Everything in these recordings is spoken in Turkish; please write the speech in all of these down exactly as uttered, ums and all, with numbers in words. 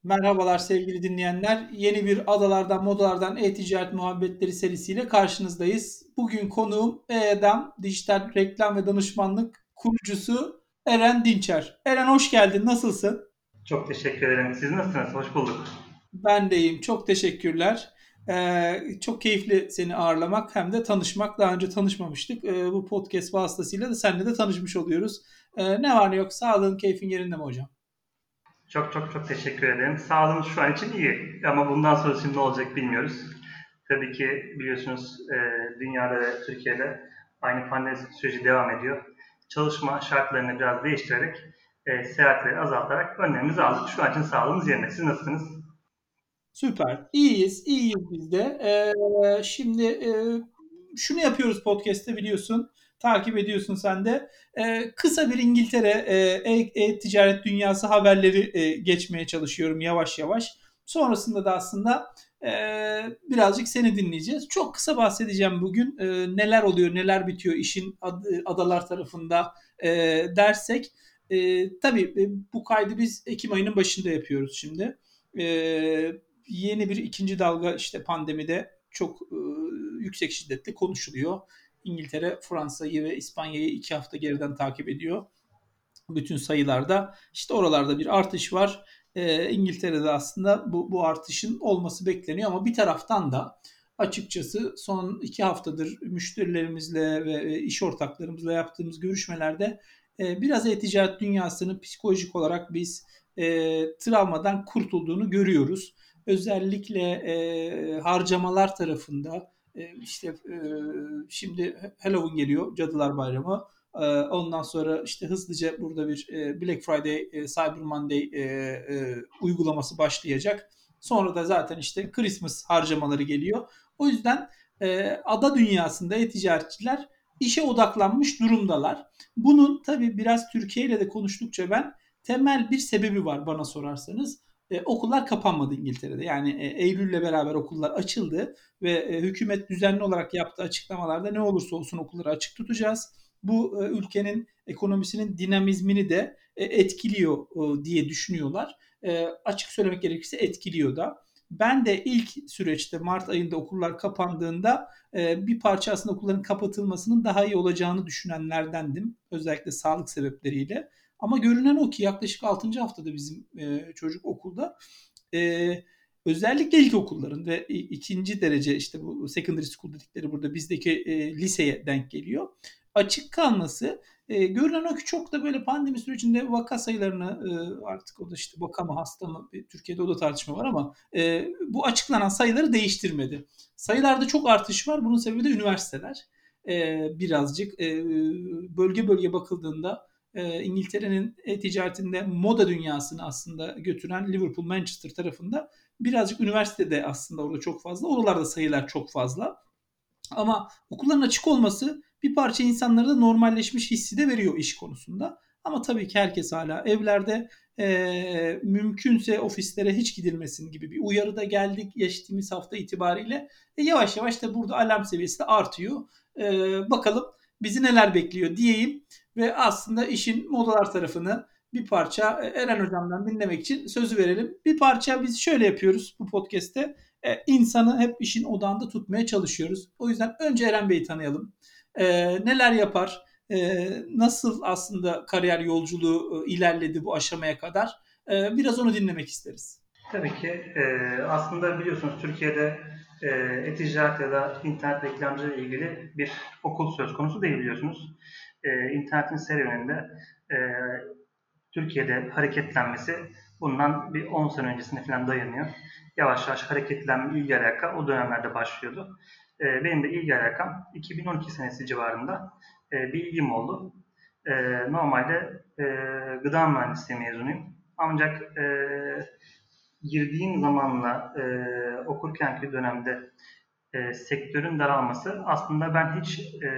Merhabalar sevgili dinleyenler. Yeni bir Adalardan Modalardan E-Ticaret Muhabbetleri serisiyle karşınızdayız. Bugün konuğum E-Adam Dijital Reklam ve Danışmanlık kurucusu Eren Dinçer. Eren hoş geldin. Nasılsın? Çok teşekkür ederim. Siz nasılsınız? Hoş bulduk. Ben de iyiyim. Çok teşekkürler. Ee, çok keyifli seni ağırlamak hem de tanışmak. Daha önce tanışmamıştık. Ee, bu podcast vasıtasıyla da seninle de tanışmış oluyoruz. Ee, ne var ne yok? Sağlığın, keyfin yerinde mi hocam? Çok çok çok teşekkür ederim. Sağlığımız şu an için iyi ama bundan sonra şimdi ne olacak bilmiyoruz. Tabii ki biliyorsunuz e, dünyada ve Türkiye'de aynı pandemi süreci devam ediyor. Çalışma şartlarını biraz değiştirerek, e, seyahatleri azaltarak önlemimizi aldık. Şu an için sağlığımız yerinde. Siz nasılsınız? Süper. İyiyiz, iyiyiz biz de. Ee, şimdi e, şunu yapıyoruz podcast'te biliyorsun. Takip ediyorsun sen de. Ee, kısa bir İngiltere e, e- e-ticaret dünyası haberleri e, geçmeye çalışıyorum yavaş yavaş. Sonrasında da aslında e, birazcık seni dinleyeceğiz. Çok kısa bahsedeceğim bugün. E, neler oluyor, neler bitiyor işin ad- adalar tarafında e, dersek. E, tabii e, bu kaydı biz Ekim ayının başında yapıyoruz şimdi. E, Yeni bir ikinci dalga işte pandemide çok e, yüksek şiddetle konuşuluyor. İngiltere Fransa'yı ve İspanya'yı iki hafta geriden takip ediyor. Bütün sayılarda işte oralarda bir artış var. E, İngiltere'de aslında bu, bu artışın olması bekleniyor ama bir taraftan da açıkçası son iki haftadır müşterilerimizle ve iş ortaklarımızla yaptığımız görüşmelerde e, biraz e-ticaret dünyasının psikolojik olarak biz e, travmadan kurtulduğunu görüyoruz. Özellikle e, harcamalar tarafında e, işte e, şimdi Halloween geliyor, Cadılar Bayramı. Ee, Ondan sonra işte hızlıca burada bir e, Black Friday, e, Cyber Monday e, e, uygulaması başlayacak. Sonra da zaten işte Christmas harcamaları geliyor. O yüzden e, ada dünyasında e-ticaretçiler işe odaklanmış durumdalar. Bunun tabii biraz Türkiye ile de konuştukça ben temel bir sebebi var bana sorarsanız. E, okullar kapanmadı İngiltere'de. Yani e, Eylül'le beraber okullar açıldı ve e, hükümet düzenli olarak yaptığı açıklamalarda ne olursa olsun okulları açık tutacağız. Bu e, ülkenin ekonomisinin dinamizmini de e, etkiliyor e, diye düşünüyorlar. E, açık söylemek gerekirse etkiliyor da. Ben de ilk süreçte Mart ayında okullar kapandığında e, bir parça aslında okulların kapatılmasının daha iyi olacağını düşünenlerdendim. Özellikle sağlık sebepleriyle. Ama görünen o ki yaklaşık altıncı haftada bizim e, çocuk okulda. E, Özellikle ilkokulların ve ikinci derece işte bu secondary school dedikleri burada bizdeki e, liseye denk geliyor. Açık kalması e, görünen o ki çok da böyle pandemi sürecinde vaka sayılarını e, artık o da işte vaka mı hasta mı e, Türkiye'de o da tartışma var ama e, bu açıklanan sayıları değiştirmedi. Sayılarda çok artış var. Bunun sebebi de üniversiteler. E, birazcık e, bölge bölge bakıldığında e, İngiltere'nin e-ticaretinde moda dünyasını aslında götüren Liverpool, Manchester tarafında birazcık üniversitede aslında orada çok fazla. Oralarda sayılar çok fazla. Ama okulların açık olması bir parça insanlara da normalleşmiş hissi de veriyor iş konusunda. Ama tabii ki herkes hala evlerde e, mümkünse ofislere hiç gidilmesin gibi bir uyarıda geldik geçtiğimiz hafta itibariyle. E, yavaş yavaş da burada alarm seviyesi de artıyor. E, Bakalım bizi neler bekliyor diyeyim ve aslında işin modalar tarafını bir parça e, Eren Hocam'dan dinlemek için sözü verelim. Bir parça biz şöyle yapıyoruz bu podcast'te. E, insanı hep işin odağında tutmaya çalışıyoruz. O yüzden önce Eren Bey'i tanıyalım. E, Neler yapar? E, nasıl aslında kariyer yolculuğu e, ilerledi bu aşamaya kadar? E, biraz onu dinlemek isteriz. Tabii ki e, aslında biliyorsunuz Türkiye'de e, e-ticaret ya da internet reklamcılığı ile ilgili bir okul söz konusu değil biliyorsunuz. E, internetin serüveninde e, Türkiye'de hareketlenmesi bundan bir on sene öncesine falan dayanıyor. Yavaş yavaş hareketlenme, ilgi alaka o dönemlerde başlıyordu. E, benim de ilgi alakam iki bin on iki senesi civarında e, bir ilgim oldu. E, Normalde e, gıda mühendisliği mezunuyum. Ancak e, girdiğim zamanla e, okurkenki dönemde e, sektörün daralması aslında ben hiç e,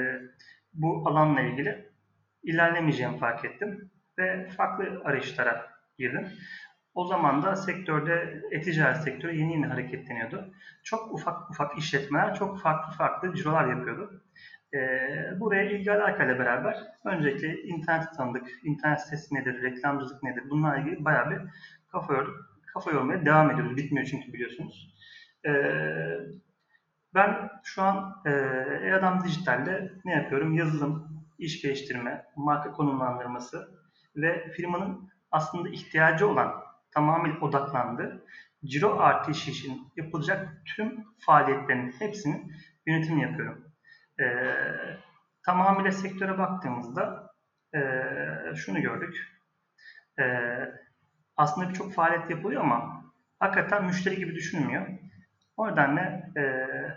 bu alanla ilgili ilerlemeyeceğimi fark ettim ve farklı arayışlara girdim. O zaman da sektörde e-ticaret sektörü yeni yeni hareketleniyordu. Çok ufak ufak işletmeler çok farklı farklı cirolar yapıyordu. Ee, buraya ilgi alakayla beraber öncelikle internet tanıdık, internet sitesi nedir, reklamcılık nedir bunlarla ilgili bayağı bir kafa yorduk. kafa yormaya devam ediyoruz. Bitmiyor çünkü biliyorsunuz. E, Ben şu an e, E-Adam Dijital'de ne yapıyorum? Yazılım, iş geliştirme, marka konumlandırması ve firmanın aslında ihtiyacı olan, tamamen odaklandığı ciro artışı için yapılacak tüm faaliyetlerin hepsinin yönetimini yapıyorum. E, Tamamıyla sektöre baktığımızda e, şunu gördük. E, Aslında birçok faaliyet yapılıyor ama hakikaten müşteri gibi düşünmüyor. O nedenle e,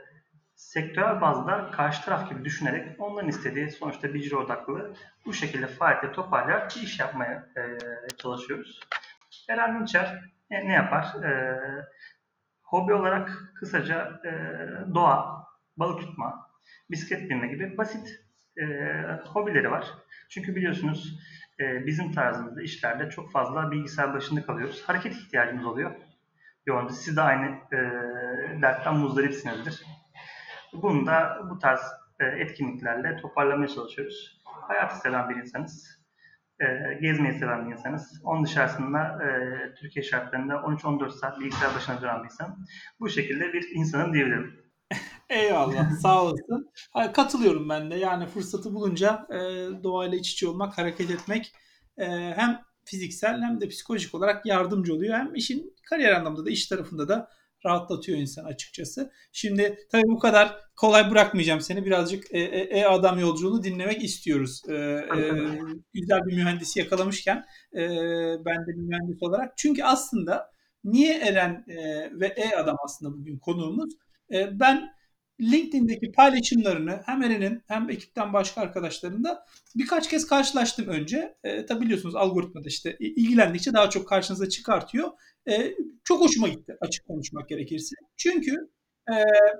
sektörel bazda karşı taraf gibi düşünerek onların istediği sonuçta bir ciro odaklı bu şekilde faaliyeti toparlayarak bir iş yapmaya e, çalışıyoruz. Eren Dinçer ne, ne yapar? E, hobi olarak kısaca e, doğa, balık tutma, bisiklet binme gibi basit e, hobileri var. Çünkü biliyorsunuz e, bizim tarzımızda işlerde çok fazla bilgisayar başında kalıyoruz. Hareket ihtiyacımız oluyor. Yoğunca siz de aynı e, dertten muzdaripsinizdir. Bunu da bu tarz e, etkinliklerle toparlamaya çalışıyoruz. Hayatı seven bir insanız. E, gezmeyi seven bir insanız. Onun dışarısında e, Türkiye şartlarında on üç on dört saat bilgisayar başına duran bir insan. Bu şekilde bir insanım diyebilirim. Eyvallah, sağ olasın. Ha, katılıyorum ben de. Yani fırsatı bulunca e, doğayla iç içe olmak, hareket etmek e, hem fiziksel hem de psikolojik olarak yardımcı oluyor. Hem işin kariyer anlamda da iş tarafında da rahatlatıyor insan açıkçası. Şimdi tabii bu kadar kolay bırakmayacağım seni. Birazcık e, e, e-adam yolculuğunu dinlemek istiyoruz. E, Tabii e, tabii. güzel bir mühendisi yakalamışken e, ben de bir mühendis olarak. Çünkü aslında niye Eren e, ve e-adam aslında bugün konuğumuz? E, ben LinkedIn'deki paylaşımlarını hem Eren'in hem ekipten başka arkadaşların da birkaç kez karşılaştım önce. E, tabi biliyorsunuz algoritmada işte ilgilendikçe daha çok karşınıza çıkartıyor. E, çok hoşuma gitti açık konuşmak gerekirse. Çünkü e,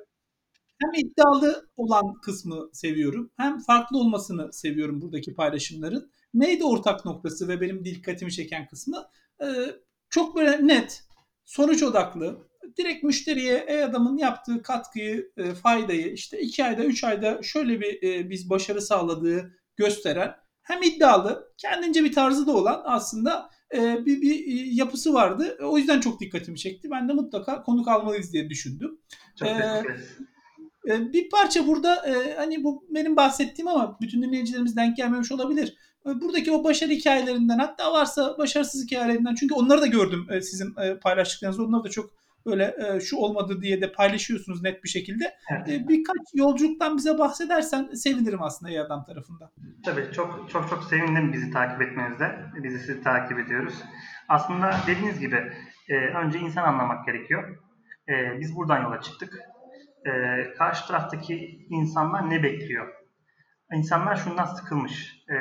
hem iddialı olan kısmı seviyorum hem farklı olmasını seviyorum buradaki paylaşımların. Neydi ortak noktası ve benim dikkatimi çeken kısmı? E, çok böyle net, sonuç odaklı, direkt müşteriye e-adamın yaptığı katkıyı, e, faydayı işte iki ayda, üç ayda şöyle bir e, biz başarı sağladığı gösteren hem iddialı, kendince bir tarzı da olan aslında e, bir, bir yapısı vardı. O yüzden çok dikkatimi çekti. Ben de mutlaka konuk almalıyız diye düşündüm. Çok E, teşekkür ederiz. e, Bir parça burada e, hani bu benim bahsettiğim ama bütün dinleyicilerimiz denk gelmemiş olabilir. E, Buradaki o başarı hikayelerinden hatta varsa başarısız hikayelerinden çünkü onları da gördüm e, sizin e, paylaştıklarınızda. Onları da çok böyle e, şu olmadı diye de paylaşıyorsunuz net bir şekilde. Evet. E, birkaç yolculuktan bize bahsedersen sevinirim aslında iyi adam tarafından. Tabii çok çok çok sevindim bizi takip etmenizde. Bizi sizi takip ediyoruz. Aslında dediğiniz gibi e, önce insan anlamak gerekiyor. E, biz buradan yola çıktık. E, karşı taraftaki insanlar ne bekliyor? İnsanlar şundan sıkılmış. E,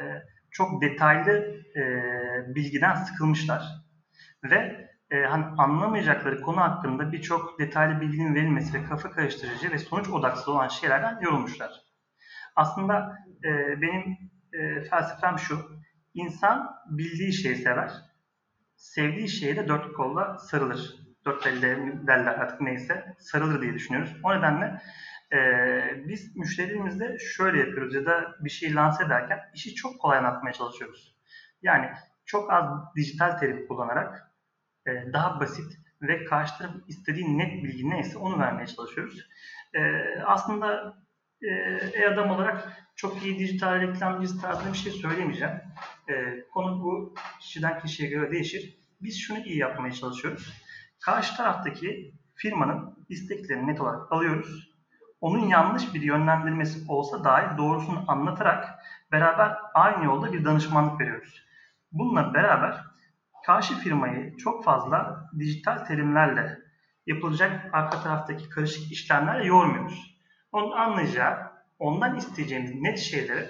çok detaylı e, bilgiden sıkılmışlar. Ve e, hani anlamayacakları konu hakkında birçok detaylı bilginin verilmesi ve kafa karıştırıcı ve sonuç odaklı olan şeylerden yorulmuşlar. Aslında e, benim e, felsefem şu. İnsan bildiği şeyi sever. Sevdiği şeye de dört kolla sarılır. Dört elde derler artık neyse. Sarılır diye düşünüyoruz. O nedenle e, biz müşterilerimizle şöyle yapıyoruz ya da bir şeyi lanse ederken işi çok kolay anlatmaya çalışıyoruz. Yani çok az dijital terim kullanarak e, daha basit ve karşı tarafın istediği net bilgi neyse onu vermeye çalışıyoruz. E, aslında e, e-adam olarak çok iyi dijital reklamcı tarzında bir şey söylemeyeceğim. E, konu bu kişiden kişiye göre değişir. Biz şunu iyi yapmaya çalışıyoruz. Karşı taraftaki firmanın isteklerini net olarak alıyoruz. Onun yanlış bir yönlendirmesi olsa dahi doğrusunu anlatarak beraber aynı yolda bir danışmanlık veriyoruz. Bununla beraber karşı firmayı çok fazla dijital terimlerle yapılacak arka taraftaki karışık işlemlerle yormuyoruz. Onun anlayacağı, ondan isteyeceğimiz net şeyleri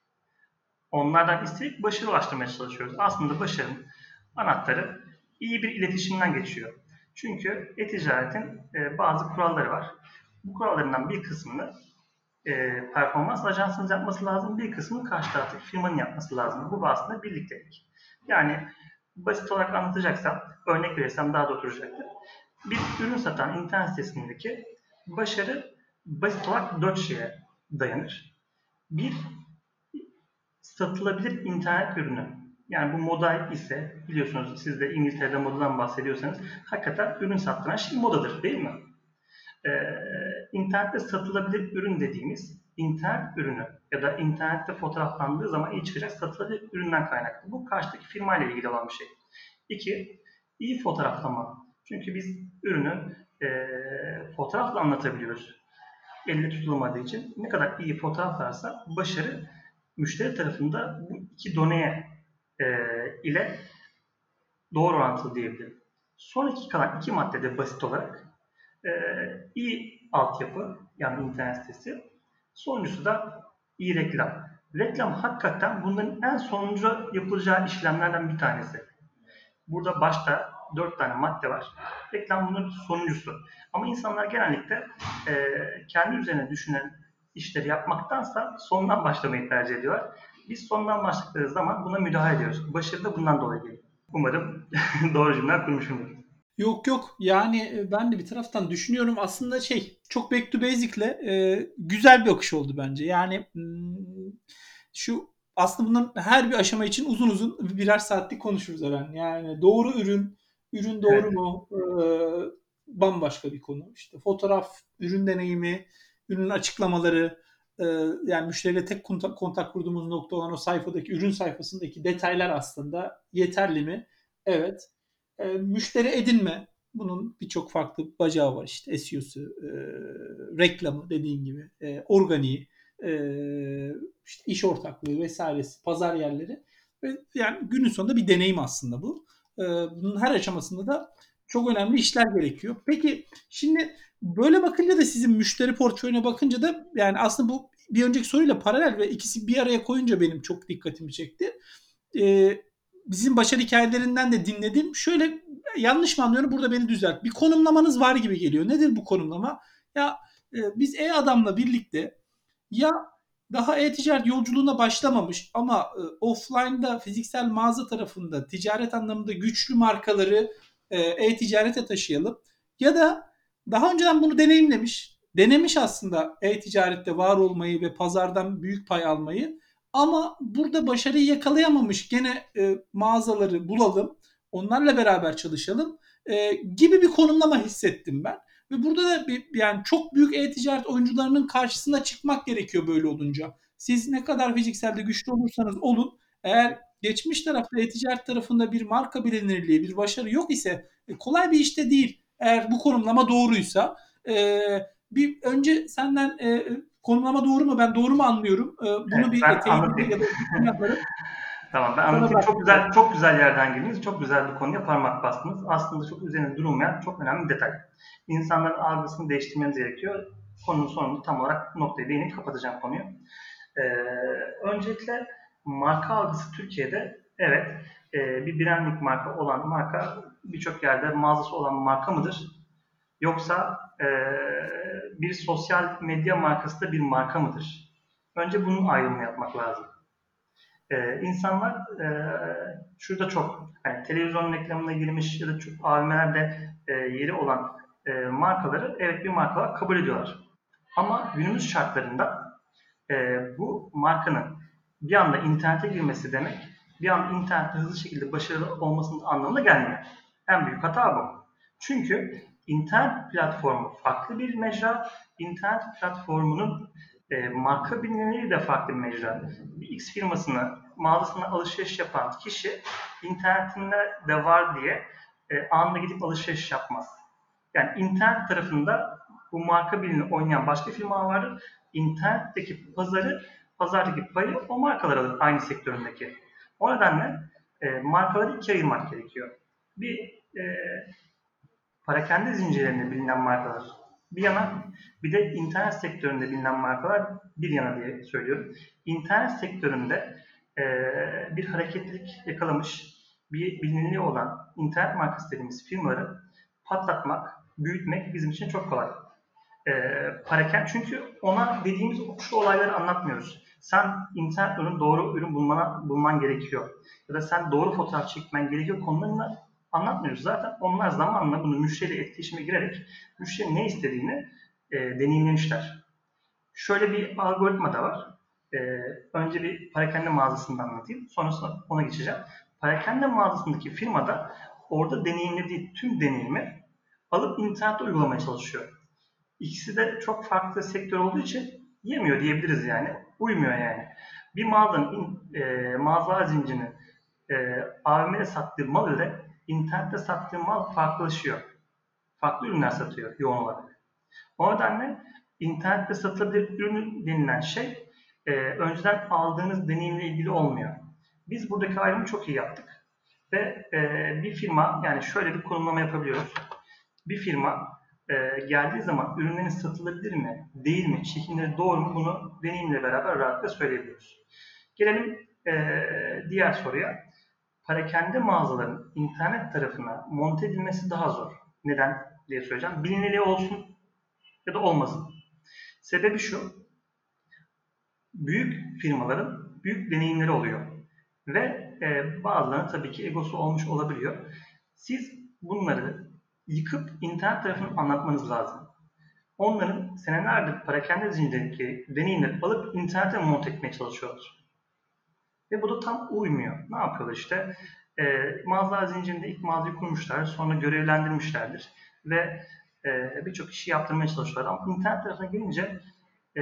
onlardan isteyip başarı ulaştırmaya çalışıyoruz. Aslında başarının anahtarı iyi bir iletişimden geçiyor. Çünkü e-ticaretin e, bazı kuralları var. Bu kurallarından bir kısmını e, performans ajansının yapması lazım, bir kısmını karşı taraftaki firmanın yapması lazım. Bu aslında birliktelik. Yani basit olarak anlatacaksam, örnek verirsem daha da oturacaktır. Bir ürün satan internet sitesindeki başarı basit olarak dört şeye dayanır. Bir, satılabilir internet ürünü. Yani bu moda ise biliyorsunuz siz de İngiltere'de modadan bahsediyorsanız hakikaten ürün sattıran şey modadır değil mi? Ee, internette satılabilir ürün dediğimiz internet ürünü ya da internette fotoğraflandığı zaman iyi çıkacak satılabilir üründen kaynaklı. Bu karşıdaki firmayla ilgili olan bir şey. İki, iyi fotoğraflama. Çünkü biz ürünü e, fotoğrafla anlatabiliyoruz. Elle tutulmadığı için ne kadar iyi fotoğraf varsa başarı müşteri tarafında bu iki doneye e, ile doğru orantılı diyebilirim. Son iki kalan iki maddede basit olarak e, iyi altyapı yani internet sitesi. Sonuncusu da iyi reklam. Reklam hakikaten bunların en sonuncu yapılacağı işlemlerden bir tanesi. Burada başta dört tane madde var. Reklam bunun sonuncusu. Ama insanlar genellikle e, kendi üzerine düşünen işleri yapmaktansa sondan başlamayı tercih ediyorlar. Biz sondan başladıkları zaman buna müdahale ediyoruz. Başarı da bundan dolayı geliyor. Umarım doğru cümle kurmuşumdur. Yok yok yani e, ben de bir taraftan düşünüyorum aslında şey çok back to basic'le e, güzel bir akış oldu bence. Yani hmm, şu aslında bunun her bir aşama için uzun uzun birer saatlik konuşuruz Eren. Yani doğru ürün, ürün doğru Evet, mu? E, bambaşka bir konu. İşte fotoğraf, ürün deneyimi, ürünün açıklamaları, e, yani müşteriyle tek kontak, kontak kurduğumuz nokta olan o sayfadaki ürün sayfasındaki detaylar aslında yeterli mi? Evet. E, müşteri edinme. Bunun birçok farklı bacağı var işte S E O'su, e, reklamı dediğin gibi, e, organiği, e, işte iş ortaklığı vesairesi, pazar yerleri. Ve yani günün sonunda bir deneyim aslında bu. E, bunun her aşamasında da çok önemli işler gerekiyor. Peki şimdi böyle bakınca da sizin müşteri portföyüne bakınca da yani aslında bu bir önceki soruyla paralel ve ikisi bir araya koyunca benim çok dikkatimi çekti. E, bizim başarı hikayelerinden de dinledim. Şöyle yanlış mı anlıyorum? Burada beni düzelt. Bir konumlamanız var gibi geliyor. Nedir bu konumlama? Ya e, biz e-adamla birlikte ya daha e-ticaret yolculuğuna başlamamış ama e, offline'da fiziksel mağaza tarafında ticaret anlamında güçlü markaları e, e-ticarete taşıyalım. Ya da daha önceden bunu deneyimlemiş, denemiş aslında e-ticarette var olmayı ve pazardan büyük pay almayı ama burada başarıyı yakalayamamış gene e, mağazaları bulalım, onlarla beraber çalışalım e, gibi bir konumlama hissettim ben. Ve burada da bir, yani çok büyük e-ticaret oyuncularının karşısına çıkmak gerekiyor böyle olunca. Siz ne kadar fizikselde güçlü olursanız olun, eğer geçmiş tarafta e-ticaret tarafında bir marka bilinirliği, bir başarı yok ise e, kolay bir işte değil. Eğer bu konumlama doğruysa e, bir önce senden e, konumlama doğru mu? Ben doğru mu anlıyorum? E, bunu evet bir ben e, teyidini ya anlatayım. da fikrini yaparım. Tamam ben Sana anlatayım. Çok bıraktım. güzel çok güzel yerden girdiniz. Çok güzel bir konuya parmak bastınız. Aslında çok üzerine durulmayan çok önemli bir detay. İnsanların algısını değiştirmeniz gerekiyor. Konunun sonunda tam olarak noktayı değinip kapatacağım konuyu. Ee, öncelikle marka algısı Türkiye'de evet e, bir branding marka olan marka birçok yerde mağazası olan marka mıdır? Yoksa e, bir sosyal medya markası da bir marka mıdır? Önce bunun ayrımını yapmak lazım. Ee, insanlar e, şurada çok yani televizyon reklamına girmiş ya da çok A V M'lerde e, yeri olan e, markaları evet bir marka olarak kabul ediyorlar. Ama günümüz şartlarında e, bu markanın bir anda internete girmesi demek bir anda internette hızlı şekilde başarılı olmasının anlamına gelmiyor. En büyük hata bu. Çünkü internet platformu farklı bir mecra, internet platformunun e, marka bilinirliği de farklı bir mecra. Bir X firmasına, mağazasına alışveriş yapan kişi internetinde de var diye e, anında gidip alışveriş yapmaz. Yani internet tarafında bu marka bilinirliği oynayan başka firma vardır. İnternetteki pazarı, pazardaki payı o markalar alır aynı sektöründeki. O nedenle e, markaları ikiye ayırmak gerekiyor. Bir e, parakende zincirlerinde bilinen markalar bir yana, bir de internet sektöründe bilinen markalar bir yana diye söylüyorum. İnternet sektöründe e, bir hareketlilik yakalamış, bir bilinirliği olan internet markası dediğimiz firmaları patlatmak, büyütmek bizim için çok kolay. E, parakende, çünkü ona dediğimiz şu olayları anlatmıyoruz. Sen internet ürün doğru ürün bulmana, bulman gerekiyor. Ya da sen doğru fotoğraf çekmen gerekiyor konularını anlatmıyoruz. Zaten onlar zamanla bunu müşteriyle etkileşime girerek müşterinin ne istediğini e, deneyimlemişler. Şöyle bir algoritma da var. E, önce bir perakende mağazasını anlatayım. Sonrasında ona geçeceğim. Perakende mağazasındaki firmada orada deneyimlediği tüm deneyimi alıp internette uygulamaya çalışıyor. İkisi de çok farklı sektör olduğu için yemiyor diyebiliriz yani. Uymuyor yani. Bir mağazanın e, mağaza zincirinin e, A V M'de sattığı mal ile internette sattığı mal farklılaşıyor. Farklı ürünler satıyor yoğun olarak. O nedenle internette satılabilir ürün denilen şey e, önceden aldığınız deneyimle ilgili olmuyor. Biz buradaki ayrımı çok iyi yaptık. Ve e, bir firma, yani şöyle bir konumlama yapabiliyoruz. Bir firma e, geldiği zaman ürünlerin satılabilir mi, değil mi, çekimleri doğru mu, bunu deneyimle beraber rahatlıkla söyleyebiliyoruz. Gelelim e, diğer soruya. Perakende mağazaların internet tarafına monte edilmesi daha zor. Neden diye söyleyeceğim. Bilinirliği olsun ya da olmasın. Sebebi şu, büyük firmaların büyük deneyimleri oluyor. Ve e, bazılarının tabii ki egosu olmuş olabiliyor. Siz bunları yıkıp internet tarafını anlatmanız lazım. Onların senelerdir perakende zincirindeki deneyimleri alıp internete monte etmeye çalışıyorlar. Ve bu da tam uymuyor. Ne yapıyorlar işte? E, mağaza zincirinde ilk mağazayı kurmuşlar, sonra görevlendirmişlerdir. Ve e, birçok işi yaptırmaya çalışıyorlar. Ama internet tarafına gelince e,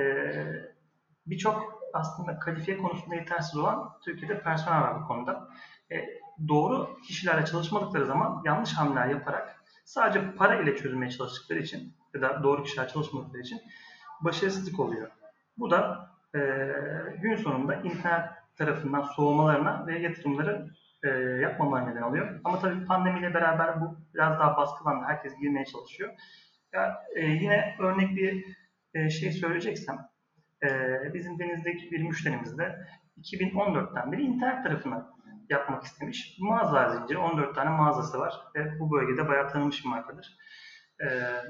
birçok aslında kalifiye konusunda yetersiz olan Türkiye'de personel var bu konuda. E, doğru kişilerle çalışmadıkları zaman yanlış hamleler yaparak sadece para ile çözülmeye çalıştıkları için ya da doğru kişiler çalışmadıkları için başarısızlık oluyor. Bu da e, gün sonunda internet tarafından soğumalarına ve yatırımları e, yapmamalarına neden oluyor. Ama tabii pandemiyle beraber bu biraz daha baskılandı. Herkes girmeye çalışıyor. Ya, e, yine örnek bir e, şey söyleyeceksem, e, bizim Deniz'deki bir müşterimiz de iki bin on dörtten beri internet tarafına yapmak istemiş. Mağaza zinciri, on dört tane mağazası var ve bu bölgede bayağı tanınmış bir markadır. E,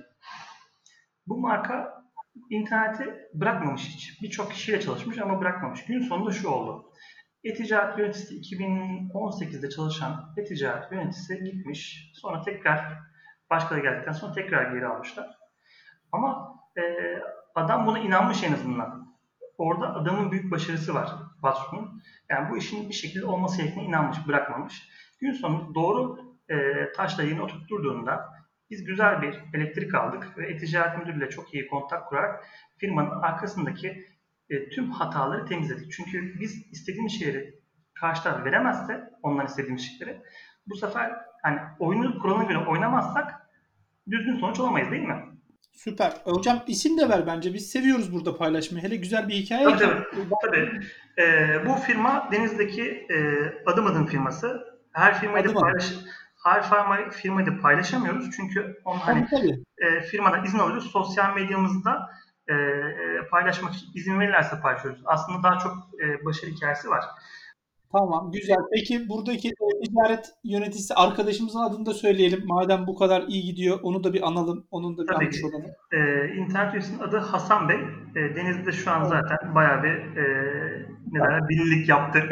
bu marka interneti bırakmamış hiç. Birçok kişiyle çalışmış ama bırakmamış. Gün sonunda şu oldu. E-ticaret yöneticisi iki bin on sekizde çalışan e-ticaret yöneticisi gitmiş. Sonra tekrar başkaları geldikten sonra tekrar geri almışlar. Ama e, adam buna inanmış en azından. Orada adamın büyük başarısı var patronun. Yani bu işin bir şekilde olması gerektiğine inanmış, bırakmamış. Gün sonunda doğru e, taşla yeni oturtturduğunda biz güzel bir elektrik aldık ve e-ticaret müdürüyle çok iyi kontak kurarak firmanın arkasındaki e, tüm hataları temizledik. Çünkü biz istediğimiz şeyleri karşı taraf veremezse, ondan istediğimiz şeyleri, bu sefer hani oyunun kuralına göre oynamazsak düzgün sonuç alamayız değil mi? Süper. Hocam isim de ver bence. Biz seviyoruz burada paylaşmayı. Hele güzel bir Tabii tabii. hikayeyken. tabii. Ee, bu firma Deniz'deki e, adım adım firması. Her firmayı da Adım adım. paylaş her firma, firmayı da paylaşamıyoruz. Çünkü onu hani Tabii tabii. e, firmadan izin alıyoruz. Sosyal medyamızda e, e, paylaşmak için izin verirlerse paylaşıyoruz. Aslında daha çok e, başarı hikayesi var. Tamam, güzel. Peki buradaki e, ticaret yöneticisi arkadaşımızın adını da söyleyelim. Madem bu kadar iyi gidiyor, onu da bir analım. Onun da bir Tabii anmış ki. olalım. E, internet üyesinin adı Hasan Bey. E, Denizli'de şu an Evet, zaten bayağı bir e, ne süper. derler, birlik yaptı.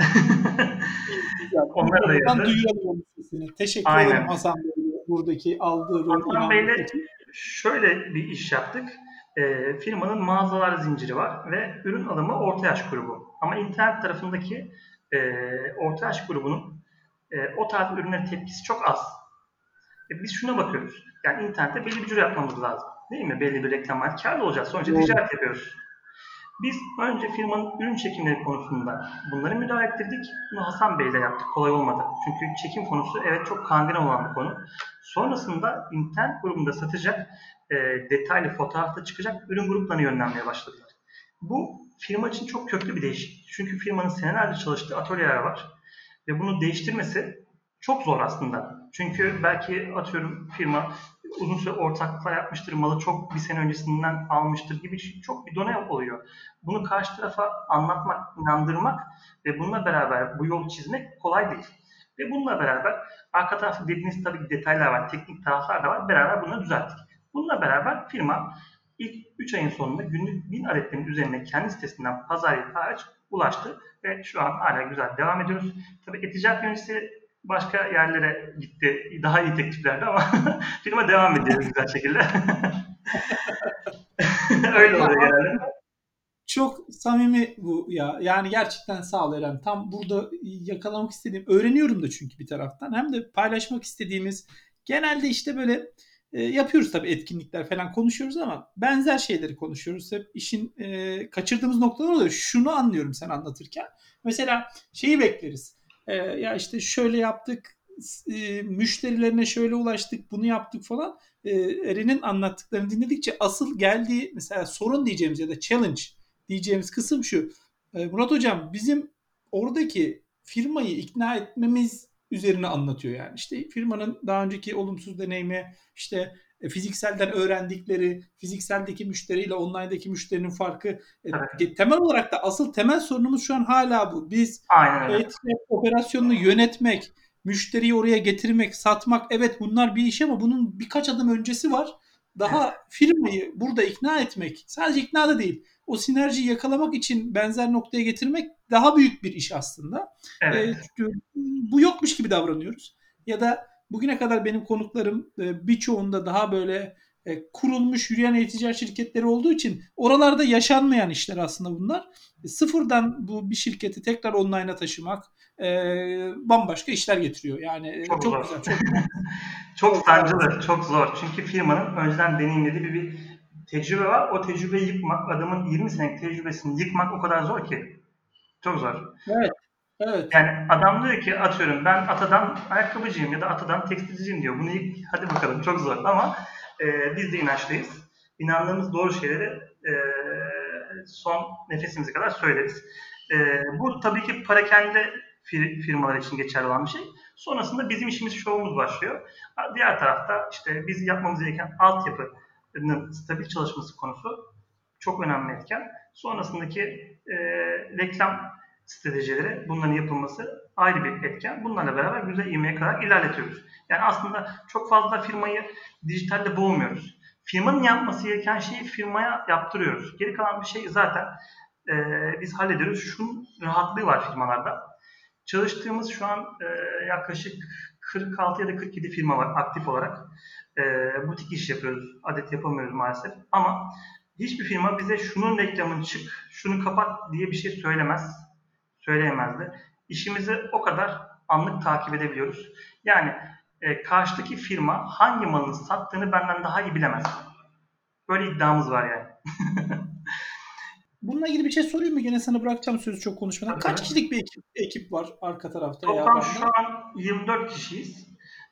İyi, güzel. Biz de Onlar da buradan yazdı. duyuralım onun sesini. Teşekkür ederim Aynen. Hasan Bey'e buradaki aldığı rol, Hasan inanması Bey'le için. şöyle bir iş yaptık. E, firmanın mağazalar zinciri var ve ürün alımı orta yaş grubu. Ama internet tarafındaki e, orta yaş grubunun e, o tarz ürünlere tepkisi çok az. E, biz şuna bakıyoruz. Yani internette belli bir cüre yapmamız lazım. Değil mi? Belli bir reklam var. Kârlı olacağız. Sonuçta Doğru. ticaret yapıyoruz. Biz önce firmanın ürün çekimleri konusunda bunları müdahale ettirdik. Bunu Hasan Bey'le yaptık. Kolay olmadı. Çünkü çekim konusu evet çok kangren olan bir konu. Sonrasında internet grubunda satacak, e, detaylı fotoğrafta çıkacak ürün gruplarına yönlenmeye başladılar. Bu firma için çok köklü bir değişiklik. Çünkü firmanın senelerce çalıştığı atölyeler var. Ve bunu değiştirmesi çok zor aslında. Çünkü belki atıyorum firma uzun süre ortaklıklar yapmıştır, malı çok bir sene öncesinden almıştır gibi çok bir done oluyor. Bunu karşı tarafa anlatmak, inandırmak ve bununla beraber bu yolu çizmek kolay değil. Ve bununla beraber arka tarafta dediğiniz tabii ki detaylar var, teknik taraflar da var. Beraber bunları düzelttik. Bununla beraber firma ilk üç ayın sonunda günlük bin adetlerin üzerine kendi sitesinden pazar yeri hariç ulaştı ve şu an hala güzel devam ediyoruz. Tabii e-ticaret yöneticisi başka yerlere gitti. Daha iyi tekliflerdi ama firma devam ediyor güzel şekilde. Öyle Ya oluyor genelde. Çok samimi bu ya. Yani gerçekten sağ ol Eren. Tam burada yakalamak istediğim, öğreniyorum da çünkü bir taraftan. Hem de paylaşmak istediğimiz, genelde işte böyle e, yapıyoruz tabii, etkinlikler falan konuşuyoruz ama benzer şeyleri konuşuyoruz. Hep işin e, kaçırdığımız noktalar oluyor. Şunu anlıyorum sen anlatırken. Mesela şeyi bekleriz. E, ya işte şöyle yaptık, e, müşterilerine şöyle ulaştık, bunu yaptık falan. E, Eren'in anlattıklarını dinledikçe asıl geldiği mesela sorun diyeceğimiz ya da challenge diyeceğimiz kısım şu. E, Murat Hocam bizim oradaki firmayı ikna etmemiz üzerine anlatıyor yani. İşte firmanın daha önceki olumsuz deneyimi, işte e, fizikselden öğrendikleri, fizikseldeki müşteriyle online'daki müşterinin farkı. Tabii. E, temel olarak da asıl temel sorunumuz şu an hala bu. Biz Aynen öyle. e-ticaret operasyonunu yönetmek, müşteriyi oraya getirmek, satmak, evet bunlar bir iş ama bunun birkaç adım öncesi var. Evet. Daha firmayı burada ikna etmek, sadece ikna da değil, o sinerjiyi yakalamak için benzer noktaya getirmek daha büyük bir iş aslında. E, Evet. bu yokmuş gibi davranıyoruz. Ya da bugüne kadar benim konuklarım e, birçoğunda daha böyle e, kurulmuş yürüyen e-ticaret şirketleri olduğu için oralarda yaşanmayan işler aslında bunlar. E, sıfırdan bu bir şirketi tekrar online'a taşımak e, bambaşka işler getiriyor. Yani e, Çok çok zor. güzel, çok Çok çok sağ olasın. sancılı, çok zor. Çünkü firmanın önceden deneyimlediği bir, bir tecrübe var. O tecrübeyi yıkmak, adamın yirmi senelik tecrübesini yıkmak o kadar zor ki. Çok zor. Evet, evet. Yani adam diyor ki atıyorum ben Atadan ayakkabıcıyım ya da Atadan tekstilciyim diyor. Bunu yık, hadi bakalım çok zor ama e, biz de inançlıyız. İnandığımız doğru şeyleri e, son nefesimize kadar söyleriz. E, bu tabii ki parakende fir- firmalar için geçerli olan bir şey. Sonrasında bizim işimiz şovumuz başlıyor. Diğer tarafta işte biz yapmamız gereken altyapının stabil çalışması konusu çok önemli etken. Sonrasındaki e, reklam stratejileri, bunların yapılması ayrı bir etken. Bunlarla beraber güzel ivmeye kadar ilerletiyoruz. Yani aslında çok fazla firmayı dijitalde boğmuyoruz. Firmanın yapması gereken şeyi firmaya yaptırıyoruz. Geri kalan bir şey zaten e, biz hallediyoruz. Şunun rahatlığı var firmalarda. Çalıştığımız şu an e, yaklaşık kırk altı ya da kırk yedi firma var aktif olarak. E, butik iş yapıyoruz. Adet yapamıyoruz maalesef. Ama hiçbir firma bize şunun reklamını çık, şunu kapat diye bir şey söylemez. Söyleyemezdi. İşimizi o kadar anlık takip edebiliyoruz. Yani e, karşıdaki firma hangi malını sattığını benden daha iyi bilemez. Böyle iddiamız var yani. Bununla ilgili bir şey sorayım mı? Gene sana bırakacağım sözü çok konuşmadan. Tabii Kaç tabii. kişilik bir ekip, ekip var arka tarafta veya Toplam şu adamda? an yirmi dört kişiyiz.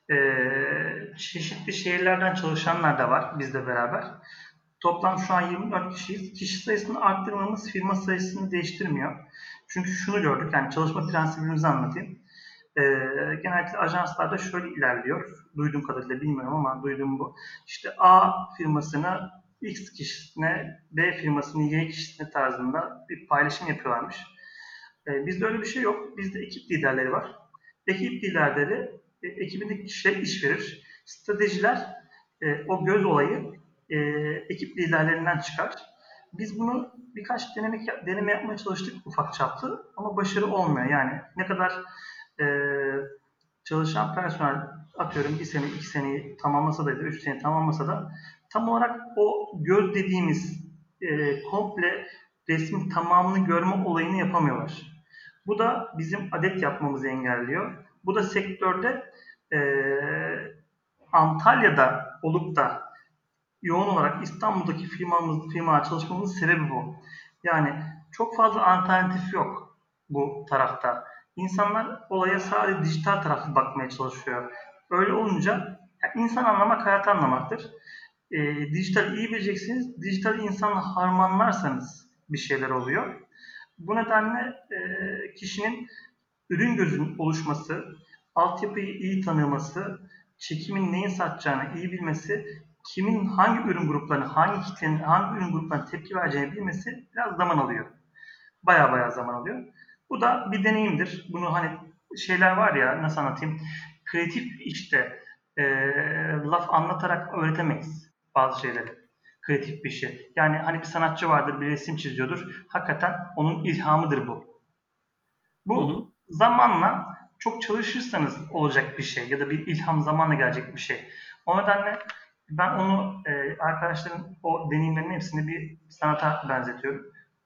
Ee, çeşitli şehirlerden çalışanlar da var bizle beraber. Toplam şu an yirmi dört kişiyiz. Kişi sayısını arttırmamız firma sayısını değiştirmiyor. Çünkü şunu gördük, yani çalışma prensibimizi anlatayım. Ee, genellikle ajanslarda şöyle ilerliyor. Duyduğum kadarıyla bilmiyorum ama duyduğum bu. İşte A firmasını X kişisine, B firmasını Y kişisine tarzında bir paylaşım yapıyorlarmış. E, bizde öyle bir şey yok. Bizde ekip liderleri var. Ekip liderleri e, ekibindeki kişiye iş verir. Stratejiler e, o göz olayı e, ekip liderlerinden çıkar. Biz bunu birkaç deneme, deneme yapmaya çalıştık ufak çaplı ama başarı olmuyor. Yani ne kadar e, çalışan personel atıyorum bir sene, iki seneyi tamamlasa da, üç sene tamamlasa da tam olarak o göz dediğimiz e, komple resmin tamamını görme olayını yapamıyorlar. Bu da bizim adet yapmamızı engelliyor. Bu da sektörde e, Antalya'da olup da yoğun olarak İstanbul'daki firmamız, firma çalışmamızın sebebi bu. Yani çok fazla alternatif yok bu tarafta. İnsanlar olaya sadece dijital taraflı bakmaya çalışıyor. Öyle olunca yani insan anlamak hayat anlamaktır. E, dijital iyi bileceksiniz. Dijital insanla harmanlarsanız bir şeyler oluyor. Bu nedenle e, kişinin ürün gözünün oluşması, altyapıyı iyi tanıması, çekimin neyin satacağını iyi bilmesi, kimin hangi ürün gruplarına, hangi kitlenin hangi ürün gruplarına tepki vereceğini bilmesi biraz zaman alıyor. Baya baya zaman alıyor. Bu da bir deneyimdir. Bunu hani şeyler var ya, nasıl anlatayım? Kreatif işte e, laf anlatarak öğretemeyiz bazı şeyleri. Kreatif bir şey. Yani hani bir sanatçı vardır, bir resim çiziyordur. Hakikaten onun ilhamıdır bu. Hı Bu hı. zamanla çok çalışırsanız olacak bir şey ya da bir ilham zamanla gelecek bir şey. O nedenle ben onu e, arkadaşların o deneyimlerinin hepsini bir sanata benzetiyorum.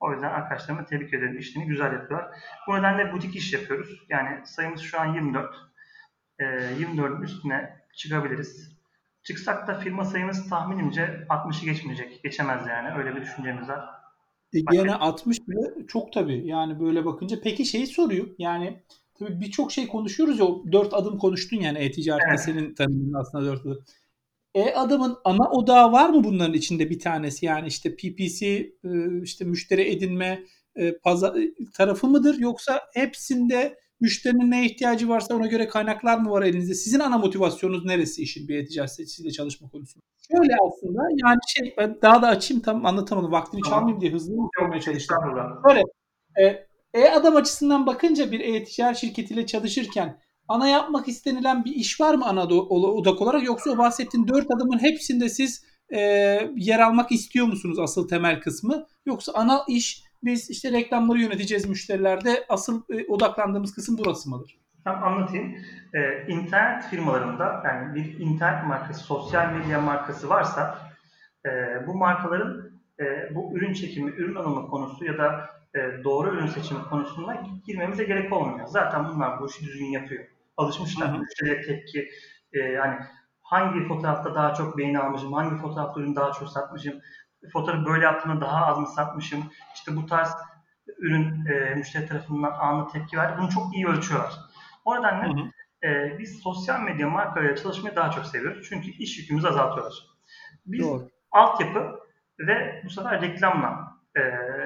O yüzden arkadaşlarıma tebrik ederim. İşlerini güzel yapıyorlar. Bu nedenle butik iş yapıyoruz. Yani sayımız şu an yirmi dört. E, yirmi dördün üstüne çıkabiliriz. Çıksak da firma sayımız tahminimce altmışı geçmeyecek. Geçemez yani. Öyle bir düşüncemiz var. E, Başka gene altmış bile çok tabii. Yani böyle bakınca. Peki şeyi sorayım. Yani tabii birçok şey konuşuyoruz ya. O dört adım konuştun yani e-ticarette evet. senin tanımın aslında dört adım. E-adamın ana odağı var mı bunların içinde bir tanesi? Yani işte P P C, e, işte müşteri edinme e, pazar tarafı mıdır? Yoksa hepsinde müşterinin ne ihtiyacı varsa ona göre kaynaklar mı var elinizde? Sizin ana motivasyonunuz neresi işin bir e-ticaret sitesiyle çalışma konusunda? Şöyle aslında yani şey ben daha da açayım tam anlatamadım. Vaktini çalmayayım Tamam. diye hızlı Yok, sormaya çalıştım. estağfurullah. Böyle e, e-adam açısından bakınca bir e-ticaret şirketiyle çalışırken ana yapmak istenilen bir iş var mı ana odak olarak yoksa o bahsettiğin dört adımın hepsinde siz e, yer almak istiyor musunuz asıl temel kısmı? Yoksa ana iş biz işte reklamları yöneteceğiz müşterilerde asıl e, odaklandığımız kısım burası mıdır? Tam anlatayım. Ee, internet firmalarında yani bir internet markası, sosyal medya markası varsa e, bu markaların e, bu ürün çekimi, ürün alımı konusu ya da e, doğru ürün seçimi konusunda girmemize gerek olmuyor. Zaten bunlar bu işi düzgün yapıyor. Hı Alışmışlar. hı. Müşteriye tepki, e, yani hangi fotoğrafta daha çok beğeni almışım, hangi fotoğrafta ürün daha çok satmışım, fotoğrafı böyle yaptığımda daha az mı satmışım, işte bu tarz ürün e, müşteri tarafından anında tepki verdi. Bunu çok iyi ölçüyorlar. O Hı nedenle hı. e, biz sosyal medya markalarıyla çalışmayı daha çok seviyoruz. Çünkü iş yükümüzü azaltıyorlar. Biz Doğru. altyapı ve bu sefer reklamla e,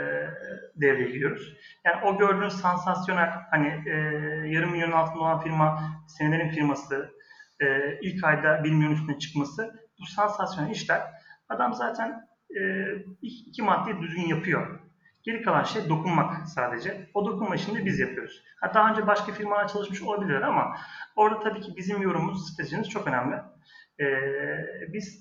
devreye giriyoruz. Yani o gördüğünüz sansasyonel hani e, yarım milyon altında olan firma senelerin firması e, ilk ayda bir milyon üstüne çıkması bu sansasyonel işler adam zaten e, iki maddeyi düzgün yapıyor. Geri kalan şey dokunmak sadece. O dokunma işini de biz yapıyoruz. Ha, daha önce başka firmalar çalışmış olabilirler ama orada tabii ki bizim yorumumuz, stratejimiz çok önemli. Ee, biz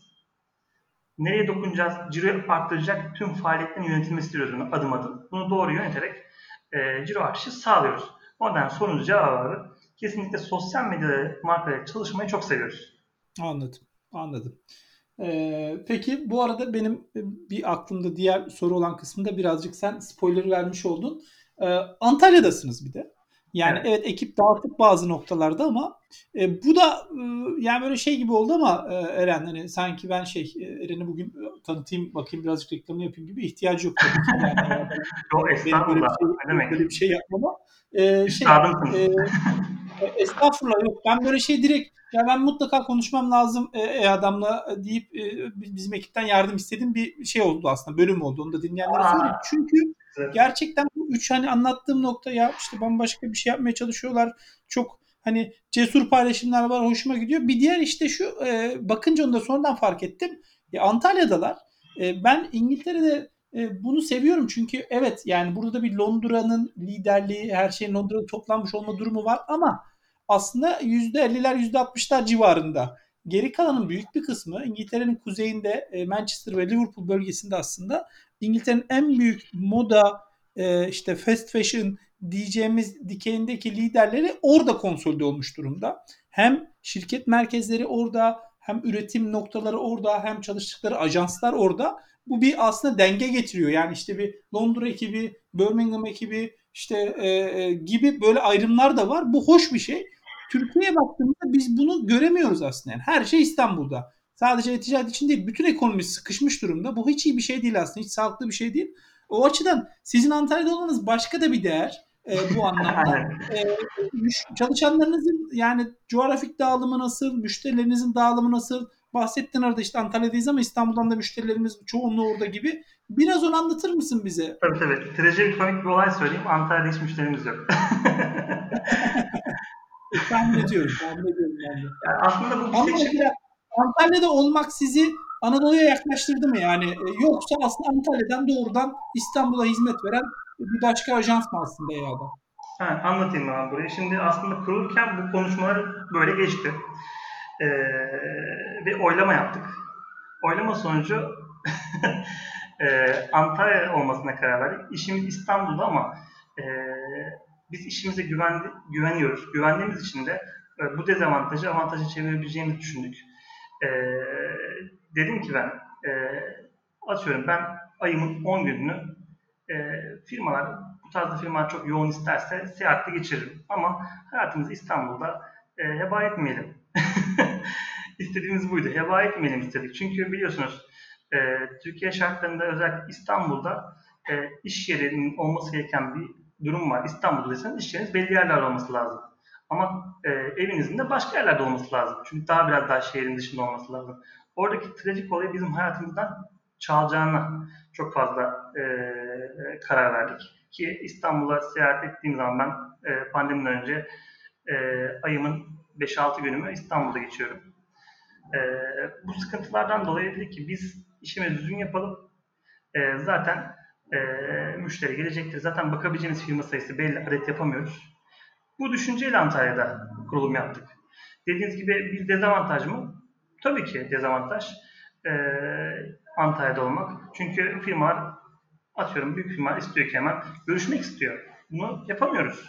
nereye dokunacağız, ciroyu arttıracak tüm faaliyetlerin yönetilmesi istiyoruz adım adım. Bunu doğru yöneterek e, ciro artışı sağlıyoruz. O nedenle sorunun cevabı kesinlikle sosyal medya markalarıyla çalışmayı çok seviyoruz. Anladım. Anladım. Ee, peki bu arada benim e, bir aklımda diğer soru olan kısmında birazcık sen spoiler vermiş oldun. Ee, Antalya'dasınız bir de. Yani Evet. evet ekip dağıtık bazı noktalarda ama e, bu da e, yani böyle şey gibi oldu ama e, Eren hani sanki ben şey e, Eren'i bugün e, tanıtayım bakayım birazcık reklamını yapayım gibi ihtiyacı yok tabii ki. Yani eğer Yo, benim böyle bir estağfurullah. şey Ne demek? böyle bir şey yapmama e, şey Üstadımsınız. e, e, Estağfurullah yok. Ben böyle şey direkt ya ben mutlaka konuşmam lazım e, e, adamla e, deyip e, bizim ekipten yardım istediğim bir şey oldu aslında. Bölüm oldu. Onu da dinleyenlere söyleyeyim. Aa, Çünkü güzel. gerçekten bu üç hani anlattığım nokta ya işte bambaşka bir şey yapmaya çalışıyorlar. Çok hani cesur paylaşımlar var. Hoşuma gidiyor. Bir diğer işte şu e, bakınca onu da sonradan fark ettim. Ya Antalya'dalar. E, ben İngiltere'de e, bunu seviyorum çünkü evet yani burada da bir Londra'nın liderliği her şeyin Londra'da toplanmış olma durumu var ama aslında yüzde elliler yüzde altmışlar civarında. Geri kalanın büyük bir kısmı İngiltere'nin kuzeyinde e, Manchester ve Liverpool bölgesinde aslında İngiltere'nin en büyük moda e, işte fast fashion diyeceğimiz dikeyindeki liderleri orada konsolide olmuş durumda. Hem şirket merkezleri orada, hem üretim noktaları orada, hem çalıştıkları ajanslar orada. Bu bir aslında denge getiriyor. Yani işte bir Londra ekibi, Birmingham ekibi işte e, e, gibi böyle ayrımlar da var. Bu hoş bir şey. Türkiye'ye baktığımızda biz bunu göremiyoruz aslında. Yani her şey İstanbul'da. Sadece ticaret için değil, bütün ekonomi sıkışmış durumda. Bu hiç iyi bir şey değil aslında. Hiç sağlıklı bir şey değil. O açıdan sizin Antalya'da olmanız başka da bir değer e, bu anlamda. Aynen. E, Çalışanlarınızın yani coğrafik dağılımı nasıl, müşterilerinizin dağılımı nasıl? Bahsettin arada işte Antalya'dayız ama İstanbul'dan da müşterilerimiz çoğunluğu orada gibi. Biraz onu anlatır mısın bize? Tabii tabii. Trajikomik bir olay söyleyeyim. Antalya'da hiç müşterimiz yok. E, tahmin ediyorum, tahmin ediyorum ben de. Yani aslında bu bir Ama seçim. mesela Antalya'da olmak sizi Anadolu'ya yaklaştırdı mı yani? E, Yoksa aslında Antalya'dan doğrudan İstanbul'a hizmet veren bir başka ajans mı aslında ya da? Ha, anlatayım ben burayı. Şimdi aslında kurulurken bu konuşmalar böyle geçti. Ee, ve oylama yaptık. Oylama sonucu e, Antalya olmasına karar verdik. İşimiz İstanbul'da ama e, biz işimize güvendi, güveniyoruz. Güvendiğimiz için de e, bu dezavantajı avantaja çevirebileceğimizi düşündük. E, dedim ki ben e, atıyorum ben ayımın on gününü E, firmalar, bu tarzda firmalar çok yoğun isterse seyahatte geçiririm. Ama hayatımızı İstanbul'da e, heba etmeyelim. İstediğimiz buydu. Heba etmeyelim istedik. Çünkü biliyorsunuz e, Türkiye şartlarında özellikle İstanbul'da e, iş yerinin olması gereken bir durum var. İstanbul'daysanız iş yeriniz belli yerlerde olması lazım. Ama e, evinizin de başka yerlerde olması lazım. Çünkü daha biraz daha şehrin dışında olması lazım. Oradaki trajik olayı bizim hayatımızdan çalacağına çok fazla e, karar verdik. Ki İstanbul'a seyahat ettiğim zaman ben e, pandemiden önce e, ayımın beş altı günümü İstanbul'da geçiyorum. E, Bu sıkıntılardan dolayı dedik ki biz işimizi düzgün yapalım. E, zaten e, müşteri gelecektir. Zaten bakabileceğimiz firma sayısı belli, adet yapamıyoruz. Bu düşünceyle Antalya'da kurulum yaptık. Dediğiniz gibi bir dezavantaj mı? Tabii ki dezavantaj. E, Antalya'da olmak. Çünkü firmalar, atıyorum büyük firma istiyor ki hemen görüşmek istiyor. Bunu yapamıyoruz.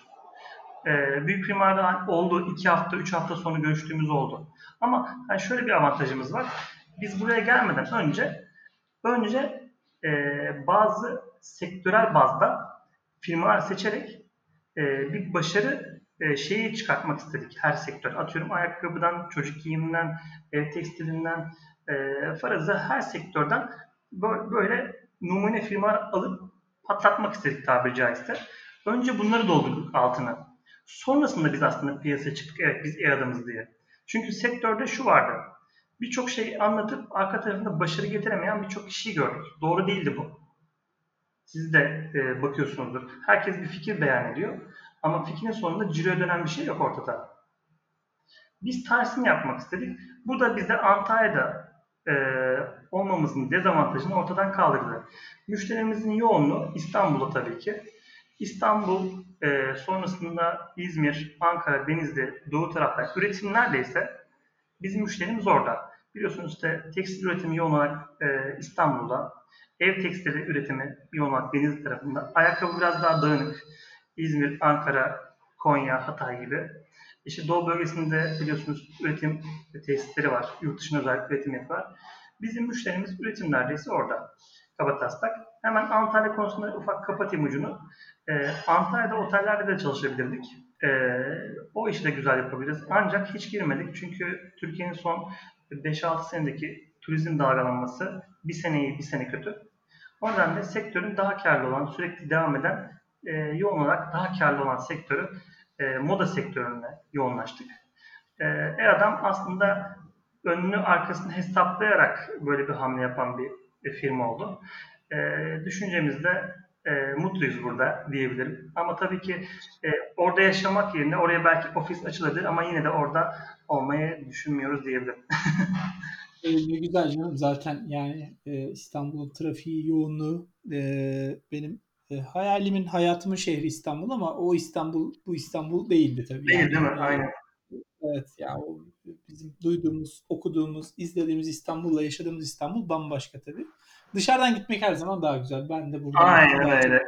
Ee, büyük firmalarda oldu, iki hafta, üç hafta sonra görüştüğümüz oldu. Ama yani şöyle bir avantajımız var. Biz buraya gelmeden önce önce e, bazı sektörel bazda firmalar seçerek e, bir başarı e, şeyi çıkartmak istedik her sektör. Atıyorum ayakkabıdan, çocuk giyiminden, ev tekstilinden, e, faraza her sektörden böyle numune firmalar alıp patlatmak istedik tabiri caizse. Önce bunları doldurduk altına. Sonrasında biz aslında piyasaya çıktık. Evet biz iyi adamız diye. Çünkü sektörde şu vardı. Birçok şey anlatıp arka tarafında başarı getiremeyen birçok kişiyi gördük. Doğru değildi bu. Siz de e, bakıyorsunuzdur. Herkes bir fikir beyan ediyor. Ama fikrin sonunda ciroya dönen bir şey yok ortada. Biz tersini yapmak istedik. Bu da bize Antalya'da e, olmamızın dezavantajını ortadan kaldırdı. Müşterimizin yoğunluğu İstanbul'da tabii ki. İstanbul, e, sonrasında İzmir, Ankara, Denizli, Doğu taraflar üretim neredeyse bizim müşterimiz orada. Biliyorsunuz işte tekstil üretimi yoğun olarak e, İstanbul'da, ev tekstili üretimi yoğun olarak Denizli tarafında, ayakkabı biraz daha dağınık, İzmir, Ankara, Konya, Hatay gibi. İşte Doğu bölgesinde biliyorsunuz üretim tesisleri var, yurt dışında özellikle üretim yapıyorlar. Bizim müşterimiz üretim neredeyse orada. Kabataslak. Hemen Antalya konusunda ufak kapatayım ucunu. Ee, Antalya'da otellerde de çalışabilirdik. Ee, O işi de güzel yapabiliriz. Ancak hiç girmedik çünkü Türkiye'nin son beş altı senedeki turizm dalgalanması bir seneyi bir sene kötü. O nedenle sektörün daha karlı olan, sürekli devam eden, e, yoğun olarak daha karlı olan sektörü e, moda sektörüne yoğunlaştık. E, E-Adam aslında önünü arkasını hesaplayarak böyle bir hamle yapan bir, bir firma oldu. E, Düşüncemizde e, mutluyuz burada diyebilirim. Ama tabii ki e, orada yaşamak yerine oraya belki ofis açılabilir ama yine de orada olmayı düşünmüyoruz diyebilirim. E, ne güzel canım zaten yani e, İstanbul'un trafiği yoğunluğu e, benim e, hayalimin hayatımın şehri İstanbul ama o İstanbul bu İstanbul değildi tabii Değil değil yani mi? e, Aynen. evet ya o bizim duyduğumuz okuduğumuz izlediğimiz İstanbul'la yaşadığımız İstanbul bambaşka tabii. Dışarıdan gitmek her zaman daha güzel. Ben de buradan Aynen daha çok öyle.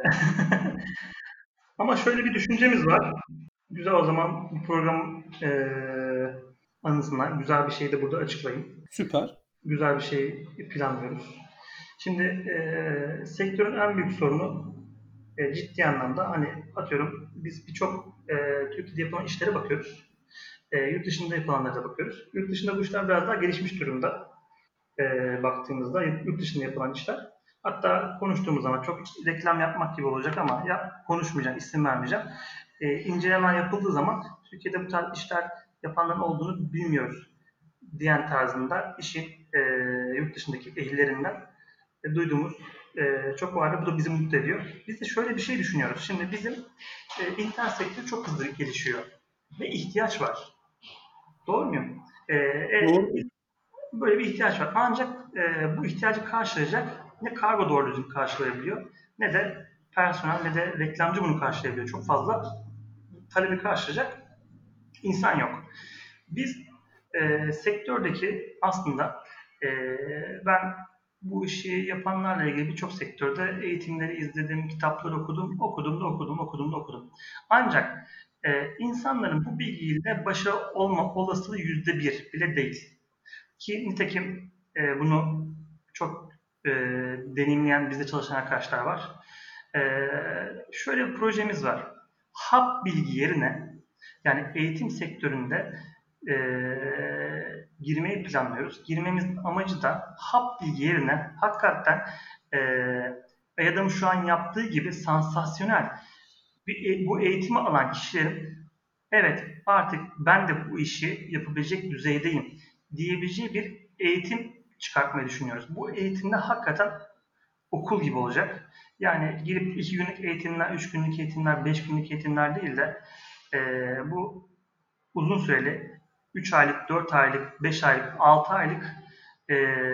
Ama şöyle bir düşüncemiz var. Güzel o zaman bu program e, anısına güzel bir şey de burada açıklayayım. süper. Güzel bir şey planlıyoruz. Şimdi e, sektörün en büyük sorunu e, ciddi anlamda hani atıyorum biz birçok e, Türkiye'de yapılan işlere bakıyoruz. E, yurt dışında yapılanlara da bakıyoruz. Yurt dışında bu işler biraz daha gelişmiş durumda e, baktığımızda yurt dışında yapılan işler. Hatta konuştuğumuz zaman çok reklam yapmak gibi olacak ama ya konuşmayacağım, isim vermeyeceğim. E, incelemen yapıldığı zaman Türkiye'de bu tarz işler yapanların olduğunu bilmiyoruz diyen tarzında işin e, yurt dışındaki ehillerinden e, duyduğumuz e, çok vardı. Bu da bizi mutlu ediyor. Biz de şöyle bir şey düşünüyoruz. Şimdi bizim e, internet sektörü çok hızlı gelişiyor ve ihtiyaç var. Doğru muyum? E, e, Doğru. Böyle bir ihtiyaç var. Ancak e, bu ihtiyacı karşılayacak ne kargo doğru düzgün karşılayabiliyor ne de personel ne de reklamcı bunu karşılayabiliyor. Çok fazla talebi karşılayacak insan yok. Biz e, sektördeki aslında e, ben bu işi yapanlarla ilgili birçok sektörde eğitimleri izledim, kitapları okudum, okudum da okudum, okudum da okudum. Ancak e, insanların bu bilgiyle başarılı olma olasılığı yüzde bir bile değil. Ki nitekim e, bunu çok e, deneyimleyen bizde çalışan arkadaşlar var. Ee, şöyle bir projemiz var. Hap bilgi yerine, yani eğitim sektöründe e, girmeyi planlıyoruz. Girmemizin amacı da hap bilgi yerine hakikaten e, Adam'ın şu an yaptığı gibi sansasyonel bir, bu eğitimi alan kişilerin evet artık ben de bu işi yapabilecek düzeydeyim diyebileceği bir eğitim çıkartmayı düşünüyoruz. Bu eğitimde hakikaten okul gibi olacak. Yani girip iki günlük eğitimler, üç günlük eğitimler, beş günlük eğitimler değil de e, bu uzun süreli üç aylık, dört aylık, beş aylık, altı aylık e,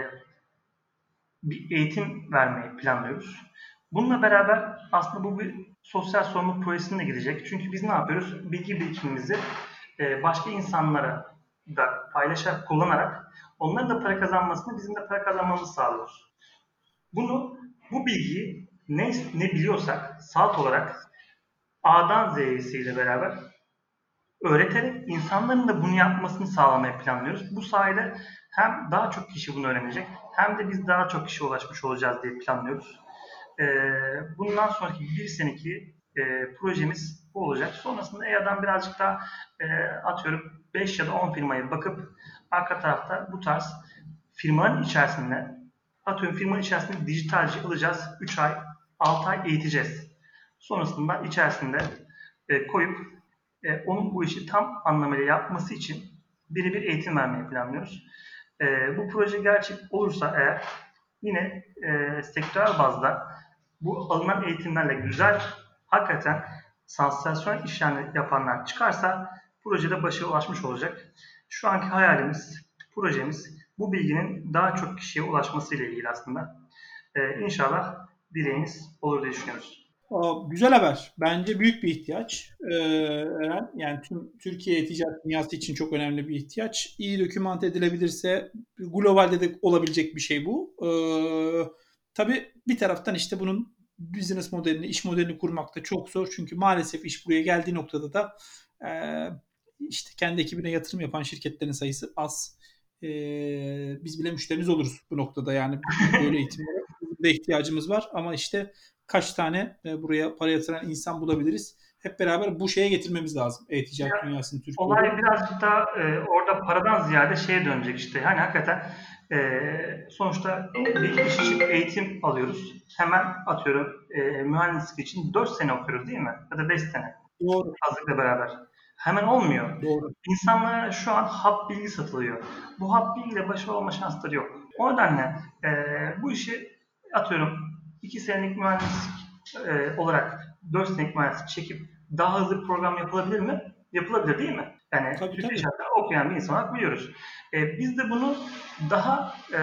bir eğitim vermeyi planlıyoruz. Bununla beraber aslında bu bir sosyal sorumluluk projesine gidecek. Çünkü biz ne yapıyoruz? Bilgi birikimimizi e, başka insanlara da paylaşarak, kullanarak onların da para kazanmasını, bizim de para kazanmamızı sağlıyoruz. Bunu, bu bilgiyi ne, ne biliyorsak saat olarak A'dan Z'siyle beraber öğreterek insanların da bunu yapmasını sağlamayı planlıyoruz. Bu sayede hem daha çok kişi bunu öğrenecek hem de biz daha çok kişiye ulaşmış olacağız diye planlıyoruz. Ee, bundan sonraki bir seneki e, projemiz bu olacak. Sonrasında E A'dan birazcık daha e, atıyorum beş ya da on firmaya bakıp arka tarafta bu tarz firmaların içerisinde atıyorum firmanın içerisinde dijitalci alacağız. üç ay, altı ay eğiteceğiz. Sonrasında içerisinde e, koyup e, onun bu işi tam anlamıyla yapması için birebir eğitim vermeyi planlıyoruz. E, bu proje gerçek olursa eğer yine e, sektörel bazda bu alınan eğitimlerle güzel, hakikaten sansasyon işlemler yapanlar çıkarsa projede başarıya ulaşmış olacak. Şu anki hayalimiz, projemiz bu bilginin daha çok kişiye ulaşması ile ilgili aslında. Ee, İnşallah dileğiniz olur diye düşünüyoruz. O, güzel haber. Bence büyük bir ihtiyaç. Ee, Eren. Yani tüm Türkiye e-ticaret dünyası için çok önemli bir ihtiyaç. İyi dokümante edilebilirse globalde de olabilecek bir şey bu. Ee, tabii bir taraftan işte bunun business modelini, iş modelini kurmak da çok zor. Çünkü maalesef iş buraya geldiği noktada da e, işte kendi ekibine yatırım yapan şirketlerin sayısı az. Ee, biz bile müşteriniz oluruz bu noktada. Yani böyle eğitimlere bizim de ihtiyacımız var. Ama işte kaç tane e, buraya para yatıran insan bulabiliriz? Hep beraber bu şeye getirmemiz lazım. E-ticaret Ya, dünyasını Türkiye'de. olay birazcık da e, orada paradan ziyade şeye dönecek işte. Hani hakikaten e, sonuçta bir iş için eğitim alıyoruz. Hemen atıyorum e, mühendislik için dört sene okuyoruz değil mi? Ya da beş sene. Doğru. Hazırlıkla beraber. Hemen olmuyor. Doğru. İnsanlara şu an hap bilgi satılıyor. Bu hap bilgiyle başarılı olma şansları yok. O nedenle e, bu işi atıyorum iki senelik mühendislik e, olarak dört senelik mühendislik çekip daha hızlı bir program yapılabilir mi? Yapılabilir değil mi? Yani Tabii Türkiye tabii. şartlarında okuyan bir insan olarak biliyoruz. E, biz de bunu daha e,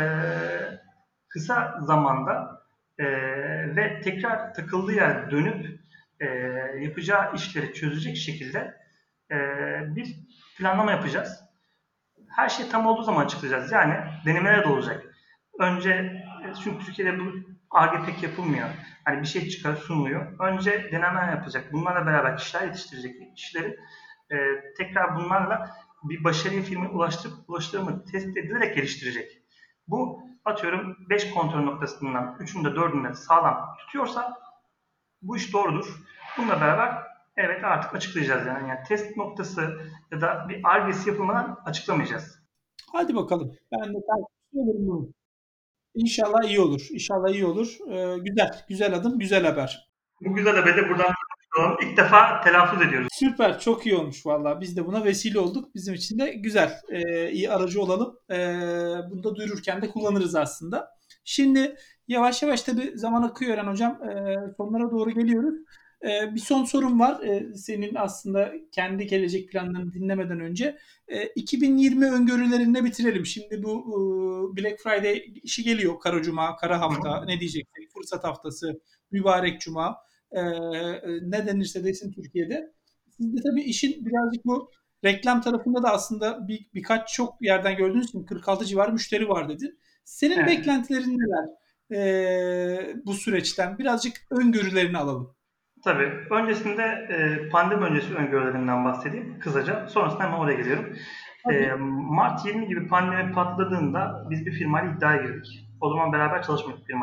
kısa zamanda e, ve tekrar takıldığı yere dönüp e, yapacağı işleri çözecek şekilde e, bir planlama yapacağız. Her şey tam olduğu zaman açıklayacağız. Yani denemeler de olacak. Önce çünkü Türkiye'de bu Ar-Ge pek yapılmıyor. Hani bir şey çıkar sunuluyor. Önce denemeler yapacak. Bunlarla beraber kişiler yetiştirecek. Kişileri e, tekrar bunlarla bir başarıya firmaya ulaştırıp ulaştırımı tespit edilerek geliştirecek. Bu atıyorum beş kontrol noktasından üçünde dördünde sağlam tutuyorsa bu iş doğrudur. Bununla beraber evet artık açıklayacağız yani. Yani test noktası ya da bir argesi yapılmadan açıklamayacağız. Hadi bakalım. Ben de takipçi olurum bunu. İnşallah iyi olur. İnşallah iyi olur. Ee, güzel. Güzel adım. Güzel haber. Bu güzel haberi de buradan konuşalım. İlk defa telaffuz ediyoruz. Süper. Çok iyi olmuş vallahi. Biz de buna vesile olduk. Bizim için de güzel. Ee, iyi aracı olalım. Ee, bunu da duyururken de kullanırız aslında. Şimdi yavaş yavaş tabii zaman akıyor Eren Hocam. Ee, sonlara doğru geliyoruz. Ee, bir son sorum var. Ee, senin aslında kendi gelecek planlarını dinlemeden önce. Ee, iki bin yirmi öngörülerinde bitirelim. Şimdi bu e, Black Friday işi geliyor. Kara Cuma, Kara Hı hı. Hafta. Ne diyeceksin? Fırsat Haftası, Mübarek Cuma. Ee, ne denirse desin Türkiye'de. Siz de tabii işin birazcık bu reklam tarafında da aslında bir, birkaç çok yerden gördüğünüz için kırk altı civarı müşteri var dedin. Senin Evet. beklentilerin neler ee, bu süreçten? Birazcık öngörülerini alalım. Tabii. Öncesinde e, pandemi öncesi öngörülerinden bahsedeyim kısaca. Sonrasında hemen oraya geliyorum. E, Tabii. Mart yirmi gibi pandemi patladığında biz bir firmayla iddiaya girdik. O zaman beraber çalışmıyorduk firmayla.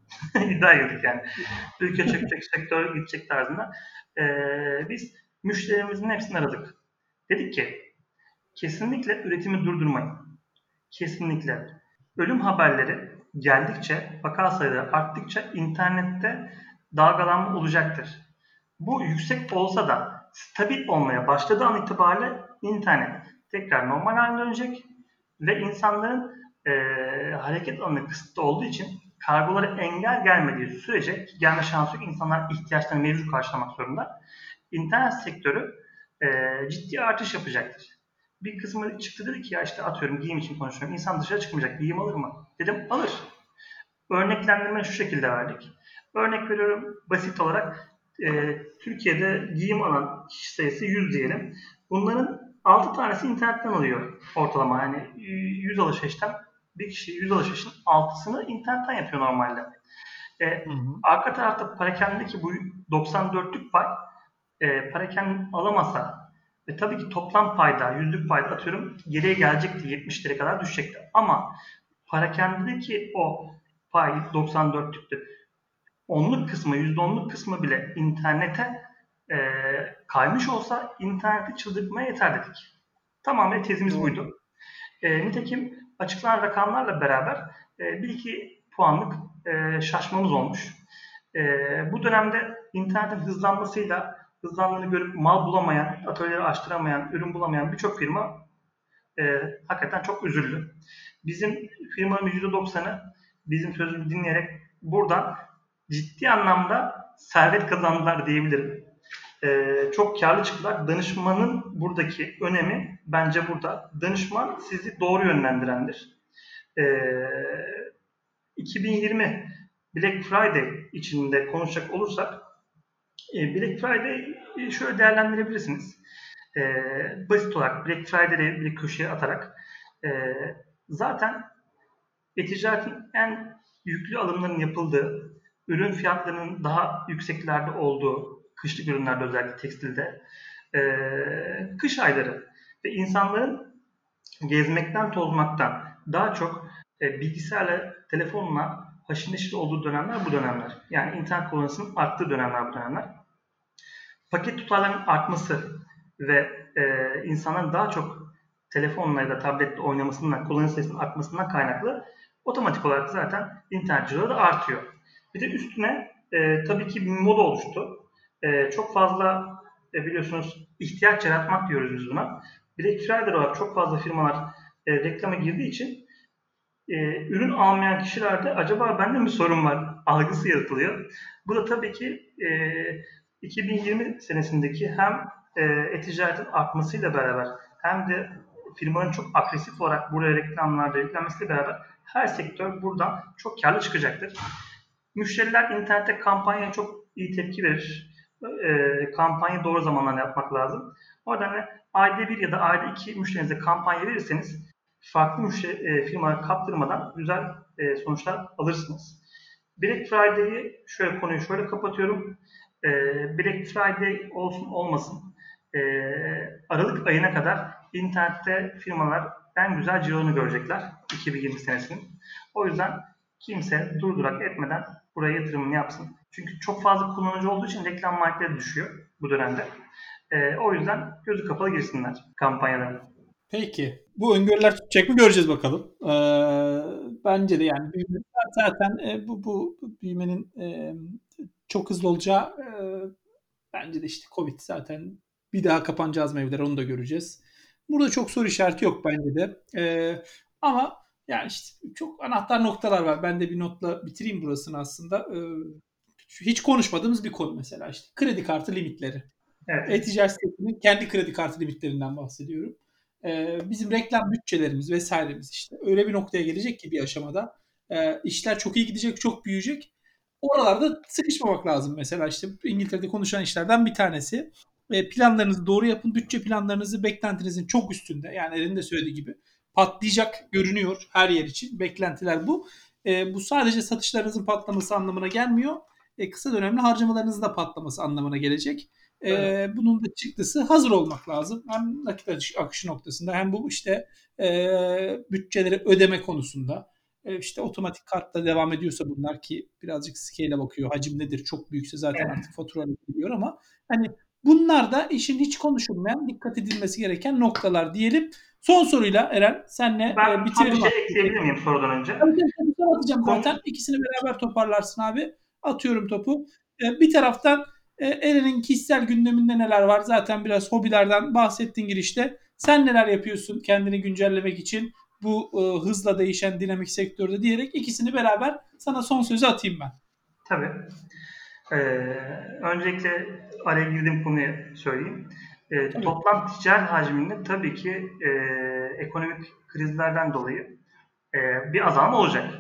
İddia ediyorduk yani. Ülke çökecek, sektör gidecek tarzında. Ee, biz müşterilerimizin hepsini aradık. Dedik ki kesinlikle üretimi durdurmayın. Kesinlikle. Ölüm haberleri geldikçe, vaka sayıları arttıkça internette dalgalanma olacaktır. Bu yüksek olsa da stabil olmaya başladığı an itibariyle internet tekrar normal haline dönecek ve insanların e, hareket alanı kısıtlı olduğu için kargolara engel gelmediği sürece, gelme şansı yok, insanlar ihtiyaçlarını mevcut karşılamak zorunda. İnternet sektörü e, ciddi artış yapacaktır. Bir kısmı çıktı dedi ki ya işte atıyorum giyim için konuşuyorum. İnsan dışarı çıkmayacak. Giyim alır mı? Dedim alır. Örneklendirme şu şekilde verdik. Örnek veriyorum basit olarak e, Türkiye'de giyim alan kişi sayısı yüz diyelim. Bunların altı tanesi internetten alıyor ortalama. Yani yüz alışverişten bir kişi yüz alışverişin altısını internetten yapıyor normalde. E, Hı hı. Arka tarafta parakendeki bu doksan dörtlük pay e, parakende alamasa ve tabii ki toplam payda, yüzlük payda atıyorum geriye gelecekti, yetmişlere kadar düşecekti. Ama parakendedeki o pay doksan dörtlüktü. Onluk kısmı, yüzde onluk kısmı bile internete e, kaymış olsa interneti çıldırtmaya yeter dedik. Tamamen tezimiz Doğru. buydu. E, nitekim açıklanan rakamlarla beraber e, bir iki puanlık e, şaşmamız olmuş. E, Bu dönemde internetin hızlanmasıyla hızlandığını görüp mal bulamayan, atölyeleri açtıramayan, ürün bulamayan birçok firma e, hakikaten çok üzüldü. Bizim firmanın yüzde doksanı bizim sözümüzü dinleyerek buradan ciddi anlamda servet kazandılar diyebilirim. Ee, çok karlı çıktılar. Danışmanın buradaki önemi bence burada. Danışman sizi doğru yönlendirendir. Ee, iki bin yirmi Black Friday içinde konuşacak olursak e, Black Friday şöyle değerlendirebilirsiniz. Ee, basit olarak Black Friday'ı bir köşeye atarak e, zaten e-ticaretin en yüklü alımların yapıldığı, ürün fiyatlarının daha yükseklerde olduğu, kışlık ürünlerde özellikle tekstilde, e, kış ayları ve insanların gezmekten, tozmaktan daha çok e, bilgisayarla, telefonla haşır neşir olduğu dönemler bu dönemler. Yani internet kullanısının arttığı dönemler bu dönemler. Paket tutarlarının artması ve e, insanların daha çok telefonla ya da tabletle oynamasından, kullanıcı sayısının artmasından kaynaklı otomatik olarak zaten internet ciroları da artıyor. Bir de üstüne e, tabii ki bir moda oluştu. E, çok fazla e, biliyorsunuz ihtiyaç yaratmak diyoruz biz buna. Black Friday olarak çok fazla firmalar e, reklama girdiği için e, ürün almayan kişilerde acaba bende mi sorun var algısı yaratılıyor. Bu da tabii ki e, iki bin yirmi senesindeki hem e, e-ticaretin artmasıyla beraber hem de firmanın çok agresif olarak buraya reklamlarda yüklenmesiyle beraber her sektör buradan çok karlı çıkacaktır. Müşteriler internette kampanyaya çok iyi tepki verir. E, kampanyayı doğru zamanlarda yapmak lazım. O nedenle ayda bir ya da ayda iki müşterinize kampanya verirseniz farklı müşteri e, firmaları kaptırmadan güzel e, sonuçlar alırsınız. Black Friday'i şöyle konuyu şöyle kapatıyorum. E, Black Friday olsun olmasın e, Aralık ayına kadar internette firmalar en güzel cironu görecekler iki bin yirmi senesinin. O yüzden kimse durdurak etmeden buraya yatırımını yapsın. Çünkü çok fazla kullanıcı olduğu için reklam maliyetleri düşüyor bu dönemde. E, o yüzden gözü kapalı girsinler kampanyalara. Peki. Bu öngörüler tutacak mı göreceğiz bakalım. Ee, bence de yani büyüme, zaten e, bu, bu büyümenin e, çok hızlı olacağı e, bence de işte Covid zaten bir daha kapanacağız mı evler onu da göreceğiz. Burada çok soru işareti yok bence de. Ee, ama yani işte çok anahtar noktalar var. Ben de bir notla bitireyim burasını aslında. Ee, hiç konuşmadığımız bir konu mesela işte kredi kartı limitleri. Evet, E-ticaret sitesinin kendi kredi kartı limitlerinden bahsediyorum. Ee, bizim reklam bütçelerimiz vesairemiz işte öyle bir noktaya gelecek ki bir aşamada e, işler çok iyi gidecek, çok büyüyecek. Oralarda sıkışmamak lazım mesela işte İngiltere'de konuşan işlerden bir tanesi. E, planlarınızı doğru yapın. Bütçe planlarınızı beklentinizin çok üstünde. Yani Eren'in de söylediği gibi patlayacak görünüyor her yer için. Beklentiler bu. E, bu sadece satışlarınızın patlaması anlamına gelmiyor. E, kısa dönemli harcamalarınızın da patlaması anlamına gelecek. tabii. E, bunun da çıktısı hazır olmak lazım. Hem nakit akışı noktasında hem bu işte e, bütçeleri ödeme konusunda. E, işte otomatik kartla devam ediyorsa bunlar ki birazcık scale'e bakıyor. Hacim nedir? Çok büyükse zaten Evet. artık faturalı geliyor ama hani bunlar da işin hiç konuşulmayan, dikkat edilmesi gereken noktalar diyelim. Son soruyla Eren senle Ben e, son bir bitirelim şey artık. ekleyebilir miyim sorudan önce? Tabii tabii tabii, sonra atacağım Konu, zaten. İkisini beraber toparlarsın abi. Atıyorum topu. Ee, bir taraftan e, Eren'in kişisel gündeminde neler var? Zaten biraz hobilerden bahsettin girişte. Sen neler yapıyorsun kendini güncellemek için bu e, hızla değişen dinamik sektörde diyerek ikisini beraber sana son sözü atayım ben. tabii. Ee, Öncelikle araya girdiğim konuyu söyleyeyim. Ee, Tabii. toplam ticaret hacminde tabii ki e, ekonomik krizlerden dolayı e, bir azalma olacak.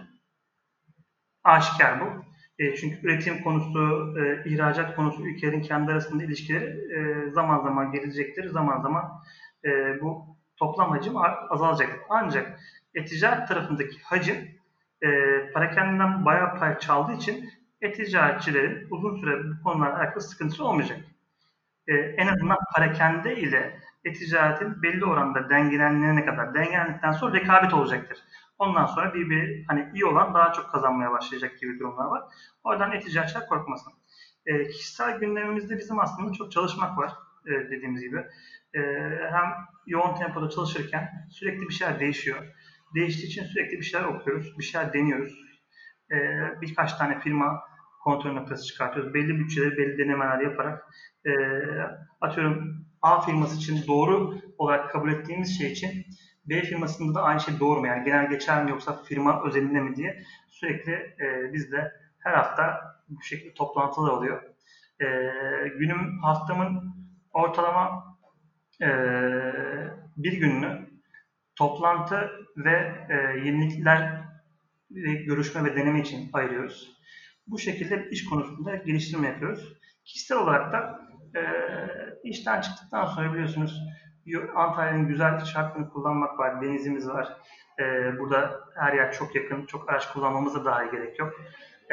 Aşikar bu. E, çünkü üretim konusu, e, ihracat konusu, ülkelerin kendi arasında ilişkileri e, zaman zaman gelecektir. Zaman zaman e, bu toplam hacim azalacak. Ancak e-ticaret tarafındaki hacim e, parakendinden bayağı pay çaldığı için e-ticaretçilerin uzun süre bu konularla alakalı sıkıntısı olmayacak. E, en azından parakende ile e-ticaretin belli oranda dengelenene kadar, dengelendikten sonra rekabet olacaktır. Ondan sonra bir, bir hani iyi olan daha çok kazanmaya başlayacak gibi durumlar var. O yüzden e-ticaretçiler korkmasın. E, kişisel gündemimizde bizim aslında çok çalışmak var e, dediğimiz gibi. E, hem yoğun tempoda çalışırken sürekli bir şeyler değişiyor. Değiştiği için sürekli bir şeyler okuyoruz, bir şeyler deniyoruz. E, Birkaç tane firma kontrol noktası çıkartıyoruz. Belli bütçeleri, belli denemeler yaparak e, atıyorum A firması için doğru olarak kabul ettiğimiz şey için B firmasında da aynı şey doğru mu? Yani genel geçer mi yoksa firma özelinde mi diye sürekli e, biz de her hafta bu şekilde toplantılar oluyor. E, Günüm, haftamın ortalama e, bir gününü toplantı ve e, yenilikler görüşme ve deneme için ayırıyoruz. Bu şekilde iş konusunda geliştirme yapıyoruz. Kişisel olarak da e, işten çıktıktan sonra biliyorsunuz Antalya'nın güzel şartlarını kullanmak var. Denizimiz var. E, burada her yer çok yakın. Çok araç kullanmamıza dahi gerek yok. E,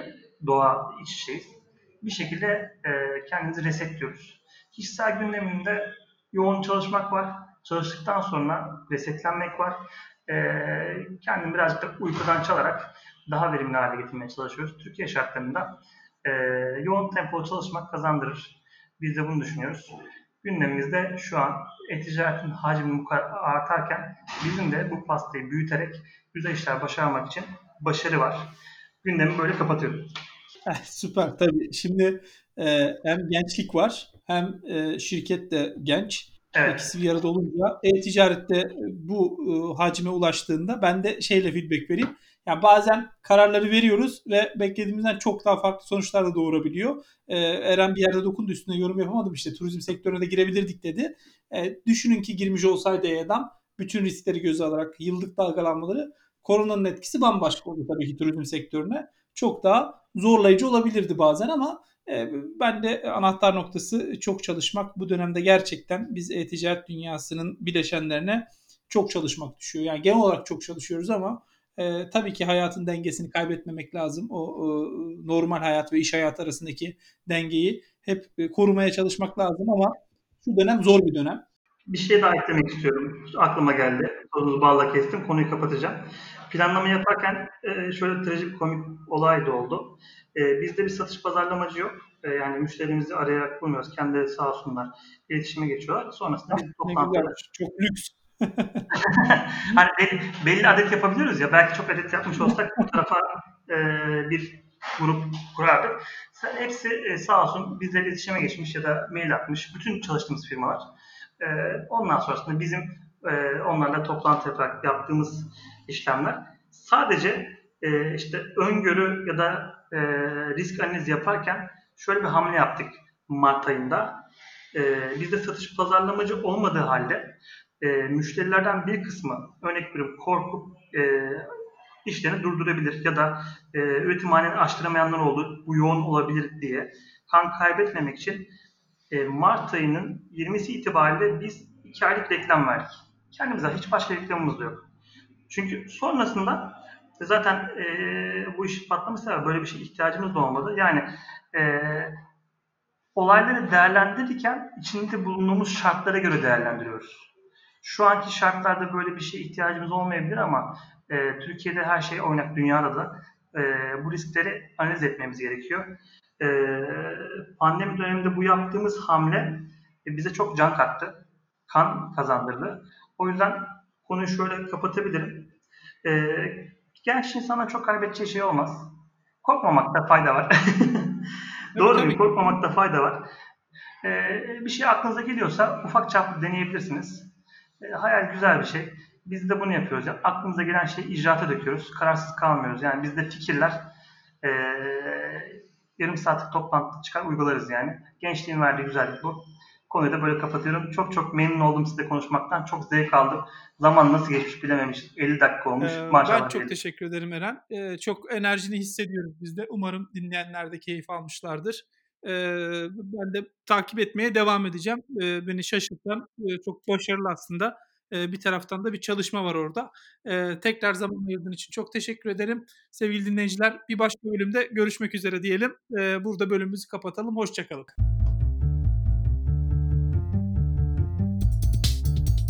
Doğa iç içeyiz. Bir şekilde e, kendimizi resetliyoruz. Kişisel gündemimde yoğun çalışmak var. Çalıştıktan sonra resetlenmek var. E, Kendimi birazcık da uykudan çalarak daha verimli hale getirmeye çalışıyoruz. Türkiye şartlarında e, yoğun tempolu çalışmak kazandırır. Biz de bunu düşünüyoruz. Gündemimizde şu an e-ticaretin hacmi bu kadar artarken bizim de bu pastayı büyüterek güzel işler başarmak için başarı var. Gündemi böyle kapatıyorum. Eh, süper tabii. Şimdi e, hem gençlik var hem e, şirket de genç. Evet. İkisi bir arada olunca e-ticarette e, bu e, hacme ulaştığında ben de şeyle feedback vereyim. Yani bazen kararları veriyoruz ve beklediğimizden çok daha farklı sonuçlar da doğurabiliyor. E, Eren bir yerde dokundu, üstüne yorum yapamadım, işte turizm sektörüne de girebilirdik dedi. E, düşünün ki girmiş olsaydı adam bütün riskleri göze alarak yıllık dalgalanmaları, koronanın etkisi bambaşka oldu tabii ki turizm sektörüne. Çok daha zorlayıcı olabilirdi bazen ama e, ben de anahtar noktası çok çalışmak. Bu dönemde gerçekten biz e-ticaret dünyasının bileşenlerine çok çalışmak düşüyor. Yani genel olarak çok çalışıyoruz ama e, tabii ki hayatın dengesini kaybetmemek lazım. O, o normal hayat ve iş hayatı arasındaki dengeyi hep e, korumaya çalışmak lazım ama şu dönem zor bir dönem. Bir şey daha eklemek istiyorum. Aklıma geldi. Sorunuzu bağla kestim. Konuyu kapatacağım. Planlama yaparken e, şöyle trajik komik olay da oldu. E, bizde bir satış pazarlamacı yok. E, yani müşterimizi arayarak bulmuyoruz. Kendileri sağ olsunlar iletişime geçiyorlar. Sonrasında Ah, biz ne toplantıya güzelmiş. Çok lüks. hani belli, belli adet yapabiliyoruz ya. Belki çok adet yapmış olsak bu tarafa e, bir grup kurardık. Hepsi e, sağ olsun bizle iletişime geçmiş ya da mail atmış. Bütün çalıştığımız firmalar. E, Ondan sonrasında bizim e, onlarla toplantı yaparak yaptığımız işlemler sadece e, işte öngörü ya da e, risk analizi yaparken şöyle bir hamle yaptık Mart ayında. E, bizde satış pazarlamacı olmadığı halde e, müşterilerden bir kısmı örnek veriyorum korkup e, işlerini durdurabilir ya da e, üretim halini açtıramayanlar oldu bu yoğun olabilir diye kan kaybetmemek için e, Mart ayının yirmisi itibariyle biz iki aylık reklam verdik. Kendimize hiç başka reklamımız da yok. Çünkü sonrasında zaten e, bu iş patlamışsa böyle bir şey ihtiyacımız da olmadı. Yani e, olayları değerlendirirken içinde bulunduğumuz şartlara göre değerlendiriyoruz. Şu anki şartlarda böyle bir şeye ihtiyacımız olmayabilir ama E, Türkiye'de her şey oynak, dünyada da. E, bu riskleri analiz etmemiz gerekiyor. E, Pandemi döneminde bu yaptığımız hamle e, bize çok can kattı. Kan kazandırdı. O yüzden konuyu şöyle kapatabilirim. E, Genç insana çok kaybedeceği şey olmaz. Korkmamakta fayda var. Tabii Doğru muyum? tabii. Korkmamakta fayda var. Ee, Bir şey aklınıza geliyorsa ufak çaplı deneyebilirsiniz. Ee, hayal güzel bir şey. Biz de bunu yapıyoruz. Yani aklımıza gelen şeyi icraata döküyoruz. Kararsız kalmıyoruz. Yani bizde fikirler ee, yarım saatlik toplantıda çıkar uygularız yani. Gençliğin verdiği güzellik bu. Konuyu da böyle kapatıyorum. Çok çok memnun oldum sizinle konuşmaktan. Çok zevk aldım. Zaman nasıl geçmiş bilememiş. elli dakika olmuş. Ee, ben Maşallah çok diyelim. teşekkür ederim Eren. Ee, çok enerjini hissediyoruz biz de. Umarım dinleyenler de keyif almışlardır. Ee, ben de takip etmeye devam edeceğim. Ee, beni şaşırtan, e, çok başarılı aslında. Ee, bir taraftan da bir çalışma var orada. Ee, tekrar zaman ayırdığın için çok teşekkür ederim. Sevgili dinleyiciler, bir başka bölümde görüşmek üzere diyelim. Ee, burada bölümümüzü kapatalım. Hoşça kalın.